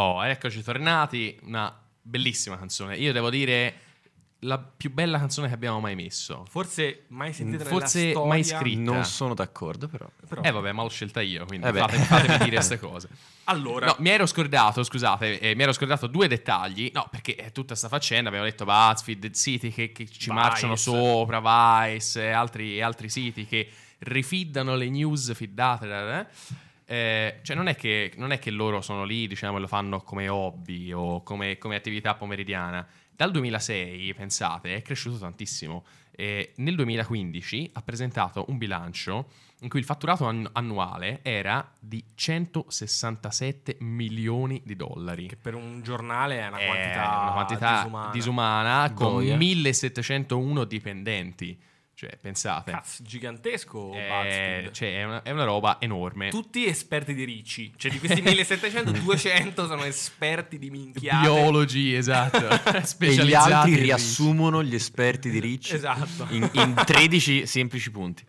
Oh, eccoci tornati. Una bellissima canzone. Io devo dire la più bella canzone che abbiamo mai messo. Forse mai sentita Forse nella storia. mai scritta. Non sono d'accordo, però. Vabbè, ma l'ho scelta io, quindi Eh beh. fatemi dire queste cose. Allora, No, mi ero scordato, scusate, mi ero scordato 2 dettagli. No, perché tutta sta faccenda, abbiamo detto BuzzFeed, Dead City che ci Vice. marciano sopra, Vice e altri siti che rifiddano le news fiddate. Cioè non è che loro sono lì, diciamo, e lo fanno come hobby o come attività pomeridiana. Dal 2006, pensate, è cresciuto tantissimo. Nel 2015 ha presentato un bilancio in cui il fatturato annuale era di 167 milioni di dollari. che per un giornale è una È quantità, una disumana con Boia. 1701 dipendenti. Cioè, pensate. Cazzo, gigantesco. È, BuzzFeed. cioè, è una roba enorme. Tutti esperti di ricci. Cioè, di questi 1700, 200 sono esperti di minchiate. Biologi, esatto. E Specializzati gli altri in ricci. riassumono gli esperti di Ricci Esatto. in 13 semplici punti.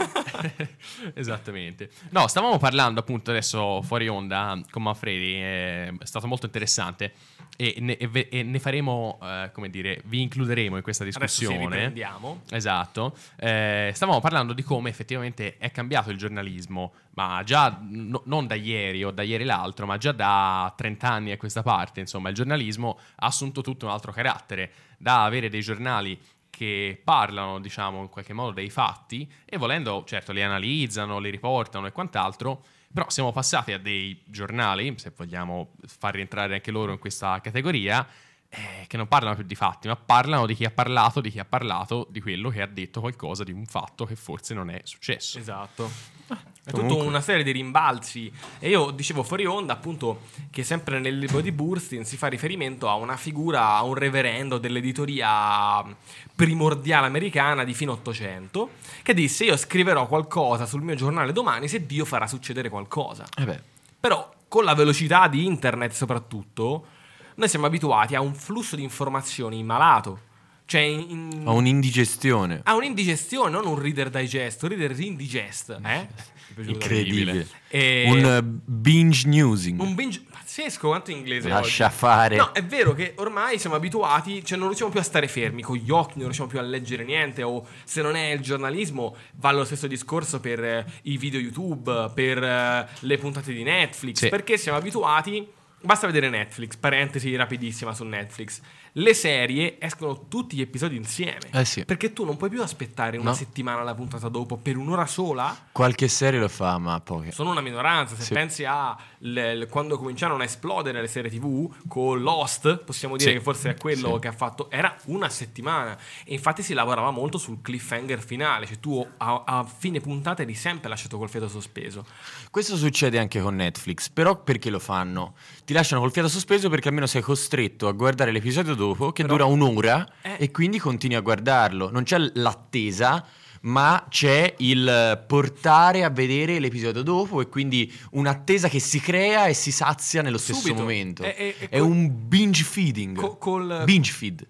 Esattamente. No, stavamo parlando appunto adesso fuori onda con Manfredi, è stato molto interessante e ne faremo, come dire, vi includeremo in questa Adesso sì, discussione. riprendiamo. Esatto. Stavamo parlando di come effettivamente è cambiato il giornalismo, ma già non da ieri o da ieri l'altro, ma già da 30 anni a questa parte. Insomma, il giornalismo ha assunto tutto un altro carattere, da avere dei giornali che parlano, diciamo, in qualche modo dei fatti e volendo, certo, li analizzano, li riportano e quant'altro, però siamo passati a dei giornali, se vogliamo far rientrare anche loro in questa categoria, che non parlano più di fatti, ma parlano di chi ha parlato, di quello che ha detto qualcosa di un fatto che forse non è successo. Esatto. È tutta una serie di rimbalzi. E io dicevo fuori onda, appunto, che sempre nel libro di Burstyn si fa riferimento a una figura, a un reverendo dell'editoria primordiale americana di fine 800, che disse: io scriverò qualcosa sul mio giornale domani se Dio farà succedere qualcosa. Però con la velocità di internet soprattutto, noi siamo abituati a un flusso di informazioni malato. Cioè Ha un'indigestione. ha un'indigestione, non un Reader Digest, un Reader Indigest. Incredibile. E- Un binge newsing. Un binge pazzesco, quanto inglese Lascia oggi. fare. No, è vero che ormai siamo abituati, cioè non riusciamo più a stare fermi con gli occhi, non riusciamo più a leggere niente, o se non è il giornalismo va lo stesso discorso per i video YouTube, per le puntate di Netflix, Sì. perché siamo abituati. Basta vedere Netflix, parentesi rapidissima su Netflix. Le serie escono tutti gli episodi insieme. Sì. Perché tu non puoi più aspettare una No. settimana la puntata dopo per un'ora sola. Qualche serie lo fa, ma poche. Sono una minoranza. Se Sì. pensi a quando cominciarono a esplodere le serie TV con Lost, possiamo dire Sì. che forse è quello Sì. che ha fatto. Era una settimana. E infatti si lavorava molto sul cliffhanger finale. Cioè tu a fine puntata eri sempre lasciato col fiato sospeso. Questo succede anche con Netflix, però perché lo fanno? Ti lasciano col fiato sospeso perché almeno sei costretto a guardare l'episodio dopo, che Però- dura un'ora, Eh. e quindi continui a guardarlo. Non c'è l'attesa, ma c'è il portare a vedere l'episodio dopo, e quindi un'attesa che si crea e si sazia nello stesso Subito. momento. E È un binge feeding. Col Binge feed.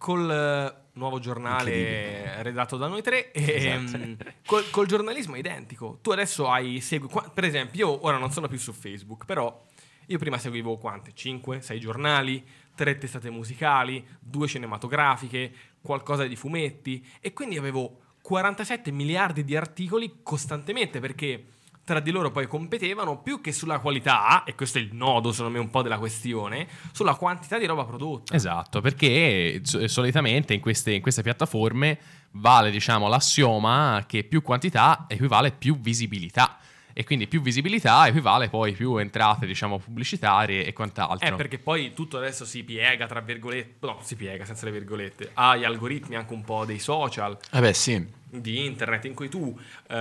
nuovo giornale Incredibile. redatto da noi tre, Esatto. col giornalismo è identico. Tu adesso per esempio, io ora non sono più su Facebook, però io prima seguivo 5, 6 giornali, 3 testate musicali, 2 cinematografiche, qualcosa di fumetti, e quindi avevo 47 miliardi di articoli costantemente, perché tra di loro poi competevano più che sulla qualità, e questo è il nodo secondo me un po' della questione, sulla quantità di roba prodotta. Esatto, perché solitamente in queste piattaforme vale, diciamo, l'assioma che più quantità equivale più visibilità. E quindi più visibilità equivale poi più entrate, diciamo, pubblicitarie e quant'altro. Perché poi tutto adesso si piega, tra virgolette, no, si piega senza le virgolette, agli algoritmi anche un po' dei social, Sì. di internet, in cui tu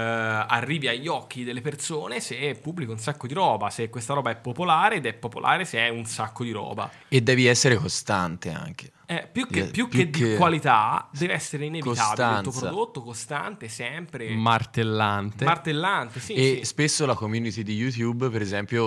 arrivi agli occhi delle persone se pubblichi un sacco di roba, se questa roba è popolare, ed è popolare se è un sacco di roba. E devi essere costante anche. Più che di qualità, deve essere inevitabile il tuo Costanza. prodotto, costante, sempre Martellante. sì, E sì. spesso la community di YouTube, per esempio,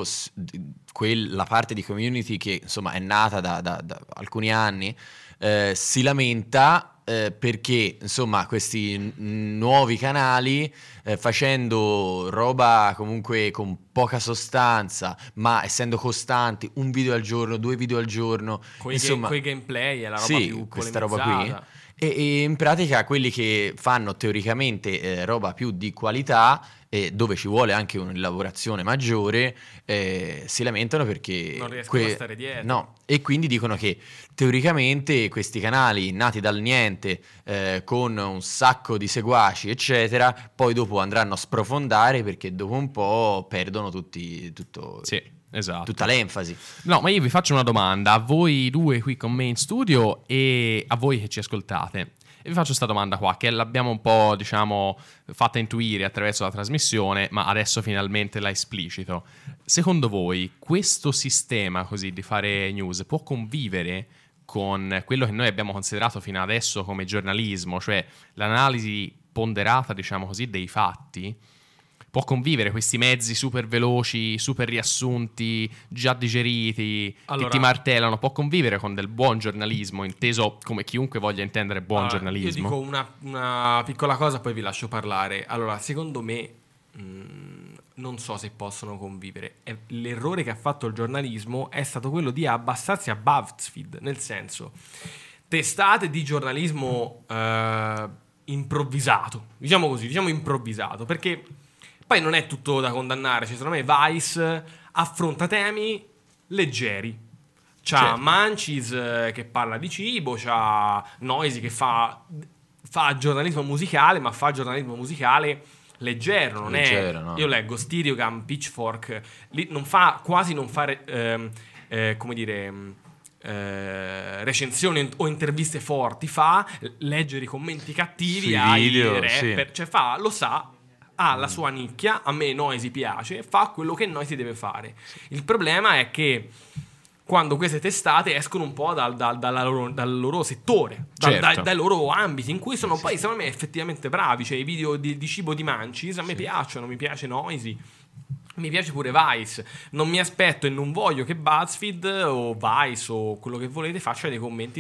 la parte di community che insomma è nata da alcuni anni, si lamenta perché insomma questi nuovi canali, facendo roba comunque con poca sostanza, ma essendo costanti, un video al giorno, 2 video al giorno, insomma, coi gameplay è la roba sì, più questa roba qui. polemizzata. E in pratica quelli che fanno teoricamente roba più di qualità, dove ci vuole anche un'elaborazione maggiore, si lamentano perché non riescono a stare dietro. No, e quindi dicono che teoricamente questi canali nati dal niente, con un sacco di seguaci eccetera, poi dopo andranno a sprofondare perché dopo un po' perdono tutto. Sì. Esatto. Tutta l'enfasi. No, ma io vi faccio una domanda a voi due qui con me in studio e a voi che ci ascoltate. E vi faccio questa domanda qua, che l'abbiamo un po', diciamo, fatta intuire attraverso la trasmissione, ma adesso finalmente la esplicito. Secondo voi questo sistema così di fare news può convivere con quello che noi abbiamo considerato fino adesso come giornalismo, cioè l'analisi ponderata, diciamo così, dei fatti? Può convivere questi mezzi super veloci, super riassunti, già digeriti, che ti martellano? Può convivere con del buon giornalismo, inteso come chiunque voglia intendere buon giornalismo? Io dico una piccola cosa, poi vi lascio parlare. Allora, secondo me, non so se possono convivere. L'errore che ha fatto il giornalismo è stato quello di abbassarsi a BuzzFeed, nel senso, testate di giornalismo improvvisato, diciamo così, diciamo improvvisato, perché poi non è tutto da condannare, cioè secondo me Vice affronta temi leggeri. C'ha Certo. Munchies che parla di cibo, c'ha Noisy che fa giornalismo musicale, ma fa giornalismo musicale leggero, non Leggero, è... no. Io leggo Stereogam, Pitchfork, lì non fa come dire... recensioni o interviste forti, fa leggere i commenti cattivi Sui ai video, rapper, sì. cioè lo sa, ha la sua nicchia, a me Noisy piace, fa quello che Noisy deve fare. Il problema è che quando queste testate escono un po' dal loro settore, Certo. dai loro ambiti, in cui sono poi secondo me effettivamente bravi. Cioè i video di cibo di Munchies a me piacciono, mi piace Noisy, mi piace pure Vice. Non mi aspetto e non voglio che BuzzFeed o Vice o quello che volete faccia dei commenti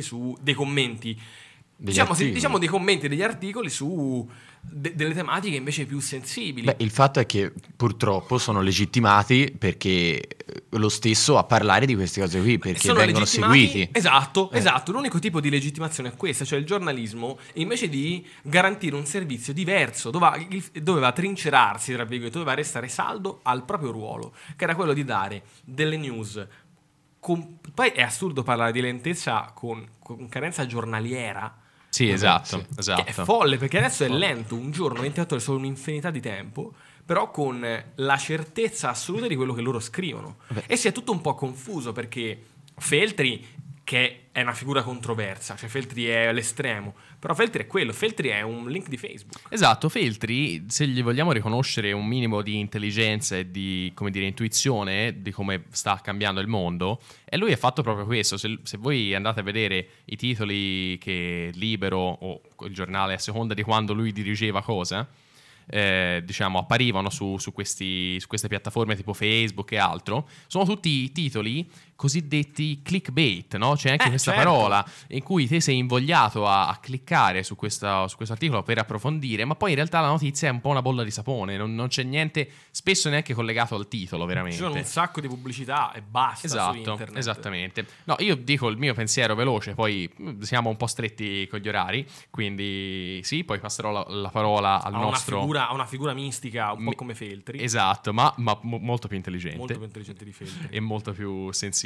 diciamo dei commenti, degli articoli su delle tematiche invece più sensibili. Beh, il fatto è che purtroppo sono legittimati perché lo stesso a parlare di queste cose qui, perché Sono vengono legittimati- seguiti. Esatto. L'unico tipo di legittimazione è questa, cioè il giornalismo, invece di garantire un servizio diverso, doveva trincerarsi, tra virgolette, doveva restare saldo al proprio ruolo, che era quello di dare delle news. Poi è assurdo parlare di lentezza con carenza giornaliera. Sì, esatto. Che è folle, perché adesso è lento, un giorno, 24 ore sono un'infinità di tempo, però con la certezza assoluta di quello che loro scrivono. E si è tutto un po' confuso, perché Feltri, che è una figura controversa, cioè Feltri è l'estremo, però Feltri è quello, Feltri è un link di Facebook. Esatto, Feltri, se gli vogliamo riconoscere un minimo di intelligenza e di, come dire, intuizione di come sta cambiando il mondo, e lui ha fatto proprio questo. Se voi andate a vedere i titoli che Libero o il giornale, a seconda di quando lui dirigeva cosa, diciamo apparivano su queste piattaforme tipo Facebook e altro, sono tutti titoli cosiddetti clickbait, no? C'è anche questa certo. parola in cui te sei invogliato a cliccare su questo articolo per approfondire, ma poi in realtà la notizia è un po' una bolla di sapone, non c'è niente spesso neanche collegato al titolo, veramente. Ci sono un sacco di pubblicità e basta su Esatto, internet. esattamente. No, io dico il mio pensiero veloce, poi siamo un po' stretti con gli orari, quindi sì, poi passerò la parola al nostro... Ha una figura mistica, un po' come Feltri. Esatto, ma molto più intelligente. Molto più intelligente di Feltri. E molto più sensibile.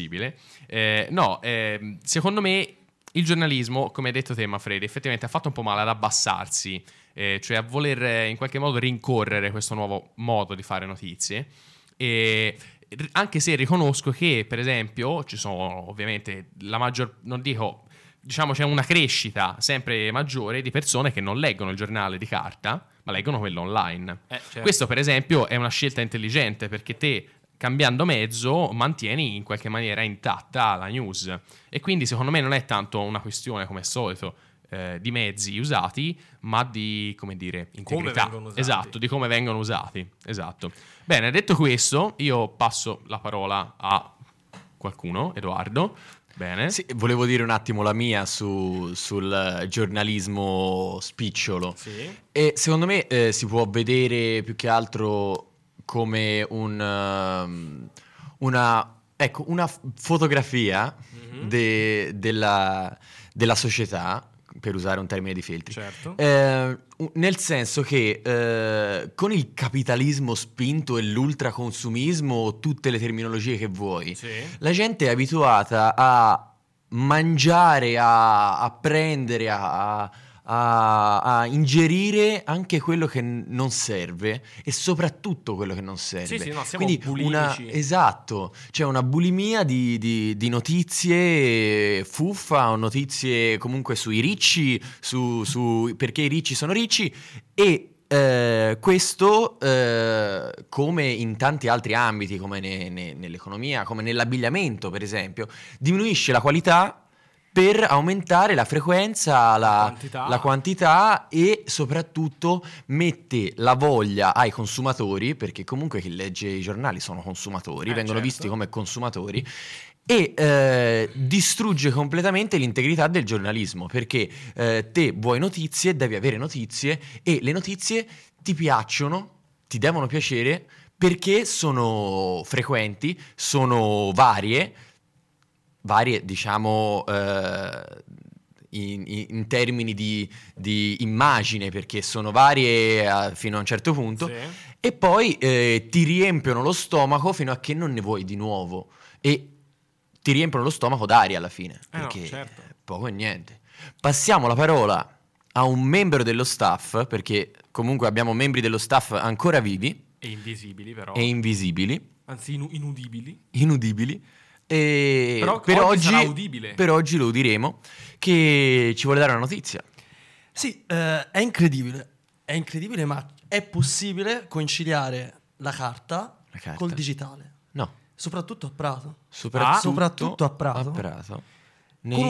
Secondo me il giornalismo, come hai detto te, Manfredi, effettivamente ha fatto un po' male ad abbassarsi, cioè a voler in qualche modo rincorrere questo nuovo modo di fare notizie. Anche se riconosco che, per esempio, ci sono ovviamente diciamo c'è una crescita sempre maggiore di persone che non leggono il giornale di carta, ma leggono quello online. Certo. Questo, per esempio, è una scelta intelligente, perché te, cambiando mezzo, mantieni in qualche maniera intatta la news. E quindi, secondo me, non è tanto una questione, come al solito, di mezzi usati, ma di, come dire, integrità. Come vengono usati. Esatto, di come vengono usati. Esatto. Bene, detto questo, io passo la parola a qualcuno, Edoardo. Bene. Sì, volevo dire un attimo la mia sul giornalismo spicciolo. Sì. E secondo me si può vedere più che altro come una fotografia della società, per usare un termine di Feltri. Certo. Nel senso che con il capitalismo spinto e l'ultraconsumismo, tutte le terminologie che vuoi, la gente è abituata a mangiare, a prendere, a ingerire anche quello che non serve e soprattutto quello che non serve. Sì, no, siamo quindi bulimici. esatto, c'è una bulimia di notizie fuffa o notizie comunque sui ricci, perché i ricci sono ricci, e questo come in tanti altri ambiti, come nell'economia, come nell'abbigliamento per esempio, diminuisce la qualità per aumentare la frequenza, la quantità e soprattutto mette la voglia ai consumatori, perché comunque chi legge i giornali sono consumatori, vengono visti come consumatori, e distrugge completamente l'integrità del giornalismo, perché te vuoi notizie, devi avere notizie e le notizie ti piacciono, ti devono piacere perché sono frequenti, sono varie diciamo in termini di immagine, perché sono varie fino a un certo punto, e poi ti riempiono lo stomaco fino a che non ne vuoi di nuovo, e ti riempiono lo stomaco d'aria alla fine, perché poco e niente. Passiamo la parola a un membro dello staff, perché comunque abbiamo membri dello staff ancora vivi e invisibili, però, e invisibili, anzi inudibili. E però per oggi lo udiremo, che ci vuole dare una notizia. Sì, è incredibile, ma è possibile conciliare la carta col digitale. No. Soprattutto a Prato. Soprattutto a Prato. Con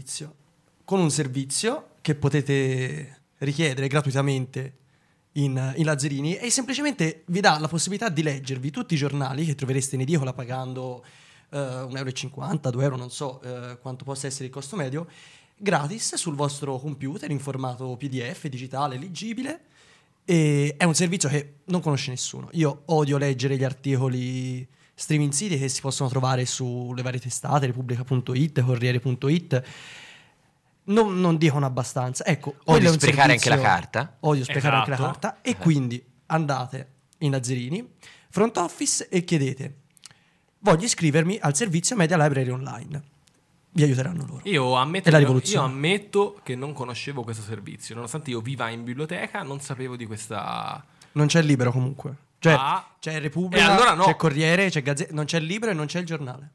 un servizio che potete richiedere gratuitamente in Lazzarini, e semplicemente vi dà la possibilità di leggervi tutti i giornali che trovereste in edicola pagando €1,50, €2, non so quanto possa essere il costo medio, gratis sul vostro computer in formato PDF digitale leggibile. E è un servizio che non conosce nessuno. Io odio leggere gli articoli streaming siti che si possono trovare sulle varie testate, Repubblica.it, Corriere.it. Non dicono abbastanza. Ecco, odio sprecare anche la carta. Odio sprecare anche la carta. E quindi andate in Lazzarini, front office, e chiedete: voglio iscrivermi al servizio Media Library Online. Vi aiuteranno loro. Io È la rivoluzione. ammetto che non conoscevo questo servizio. Nonostante io viva in biblioteca, non sapevo di questa. Non c'è il Libero comunque. Cioè, c'è Repubblica, allora no. c'è Corriere, c'è Gazzetta. Non c'è il Libero e non c'è il giornale.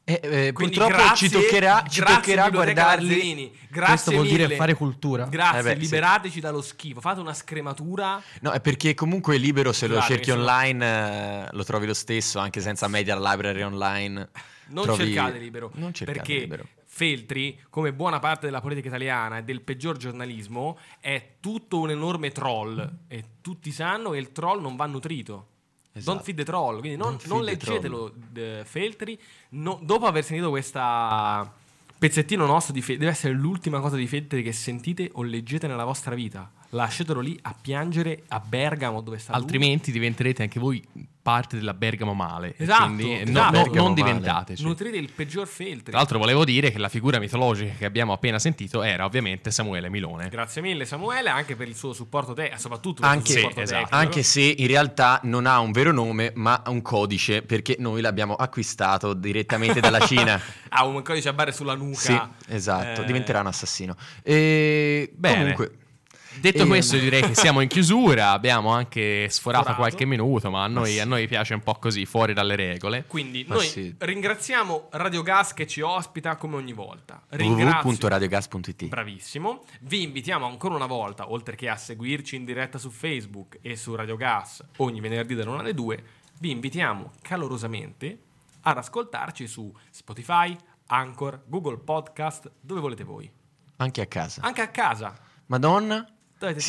Purtroppo ci toccherà guardarli. Questo vuol dire fare cultura. Grazie, liberateci dallo schifo. Fate una scrematura. No, è perché comunque Libero, se lo cerchi online, lo trovi lo stesso, anche senza Media Library Online. Non cercate Libero. Non cercate perché Libero. Feltri, come buona parte della politica italiana e del peggior giornalismo, è tutto un enorme troll. E tutti sanno che il troll non va nutrito. Esatto. Don't feed the troll. Quindi non leggetelo, Feltri. Dopo aver sentito questa pezzettino nostro di Feltri, deve essere l'ultima cosa di Feltri che sentite o leggete nella vostra vita. Lasciatelo lì a piangere a Bergamo, dove sta altrimenti diventerete anche voi parte della Bergamo male. Esatto, quindi esatto. Non diventateci. Nutrite il peggior Feltri. Tra l'altro volevo dire che la figura mitologica che abbiamo appena sentito era ovviamente Samuele Milone. Grazie mille Samuele, anche per il suo supporto soprattutto per il suo supporto tecnico. Anche se in realtà non ha un vero nome, ma un codice, perché noi l'abbiamo acquistato direttamente dalla Cina. Ha un codice a barre sulla nuca. Sì, esatto, diventerà un assassino. Bene. Comunque, detto questo, direi che siamo in chiusura. Abbiamo anche sforato qualche minuto, ma a noi piace un po' così, fuori dalle regole. Quindi noi ringraziamo Radio Gas che ci ospita come ogni volta. www.radiogas.it. Bravissimo. Vi invitiamo ancora una volta, oltre che a seguirci in diretta su Facebook e su Radio Gas ogni venerdì dalle 1 alle 2, vi invitiamo calorosamente ad ascoltarci su Spotify, Anchor, Google Podcast, dove volete voi. Anche a casa. Anche a casa. Madonna. I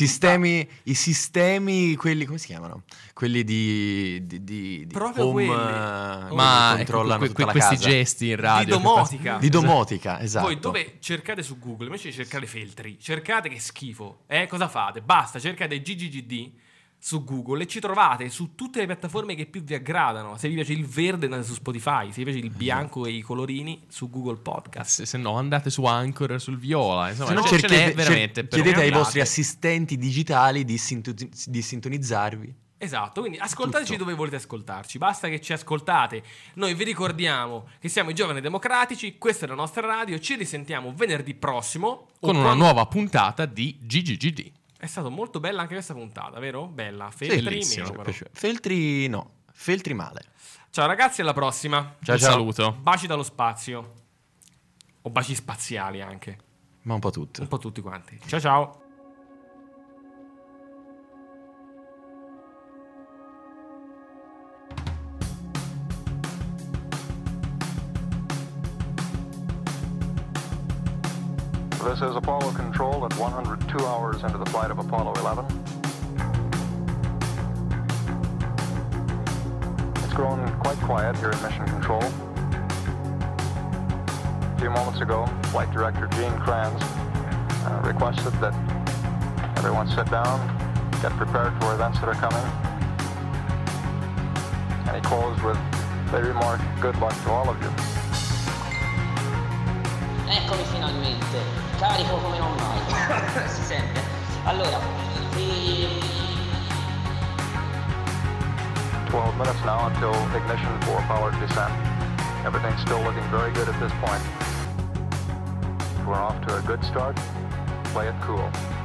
sistemi, quelli come si chiamano? Quelli di proprio home, quelli. Ma controllano tutta la questi casa. gesti in radio. Di domotica, esatto. Voi dove cercate su Google, invece di cercare Feltri, cercate che schifo. Cosa fate? Basta, cercate GGGD. su Google e ci trovate su tutte le piattaforme che più vi aggradano. Se vi piace il verde andate su Spotify, se vi piace il bianco e i colorini su Google Podcast. Se no andate su Anchor, sul viola, insomma, se no ce n'è veramente. Chiedete ai vostri assistenti digitali di sintonizzarvi. Esatto, quindi ascoltateci dove volete ascoltarci, basta che ci ascoltate. Noi vi ricordiamo che siamo i Giovani Democratici, questa è la nostra radio, ci risentiamo venerdì prossimo con una nuova puntata di GGGD. È stato molto bella anche questa puntata, vero? Bella, feltri meno però. Feltri no, feltri male. Ciao ragazzi, alla prossima. Ciao. Saluto. Baci dallo spazio. O baci spaziali anche. Ma un po' tutti. Un po' tutti quanti. Ciao ciao. This is Apollo Control at 102 hours into the flight of Apollo 11. It's grown quite quiet here in Mission Control. A few moments ago, Flight Director Gene Kranz requested that everyone sit down, get prepared for events that are coming. And he closed with the remark, good luck to all of you. Eccomi finalmente, carico come non mai. Si sente? Allora, 12 minutes now until ignition for powered descent. Everything's still looking very good at this point. We're off to a good start. Play it cool.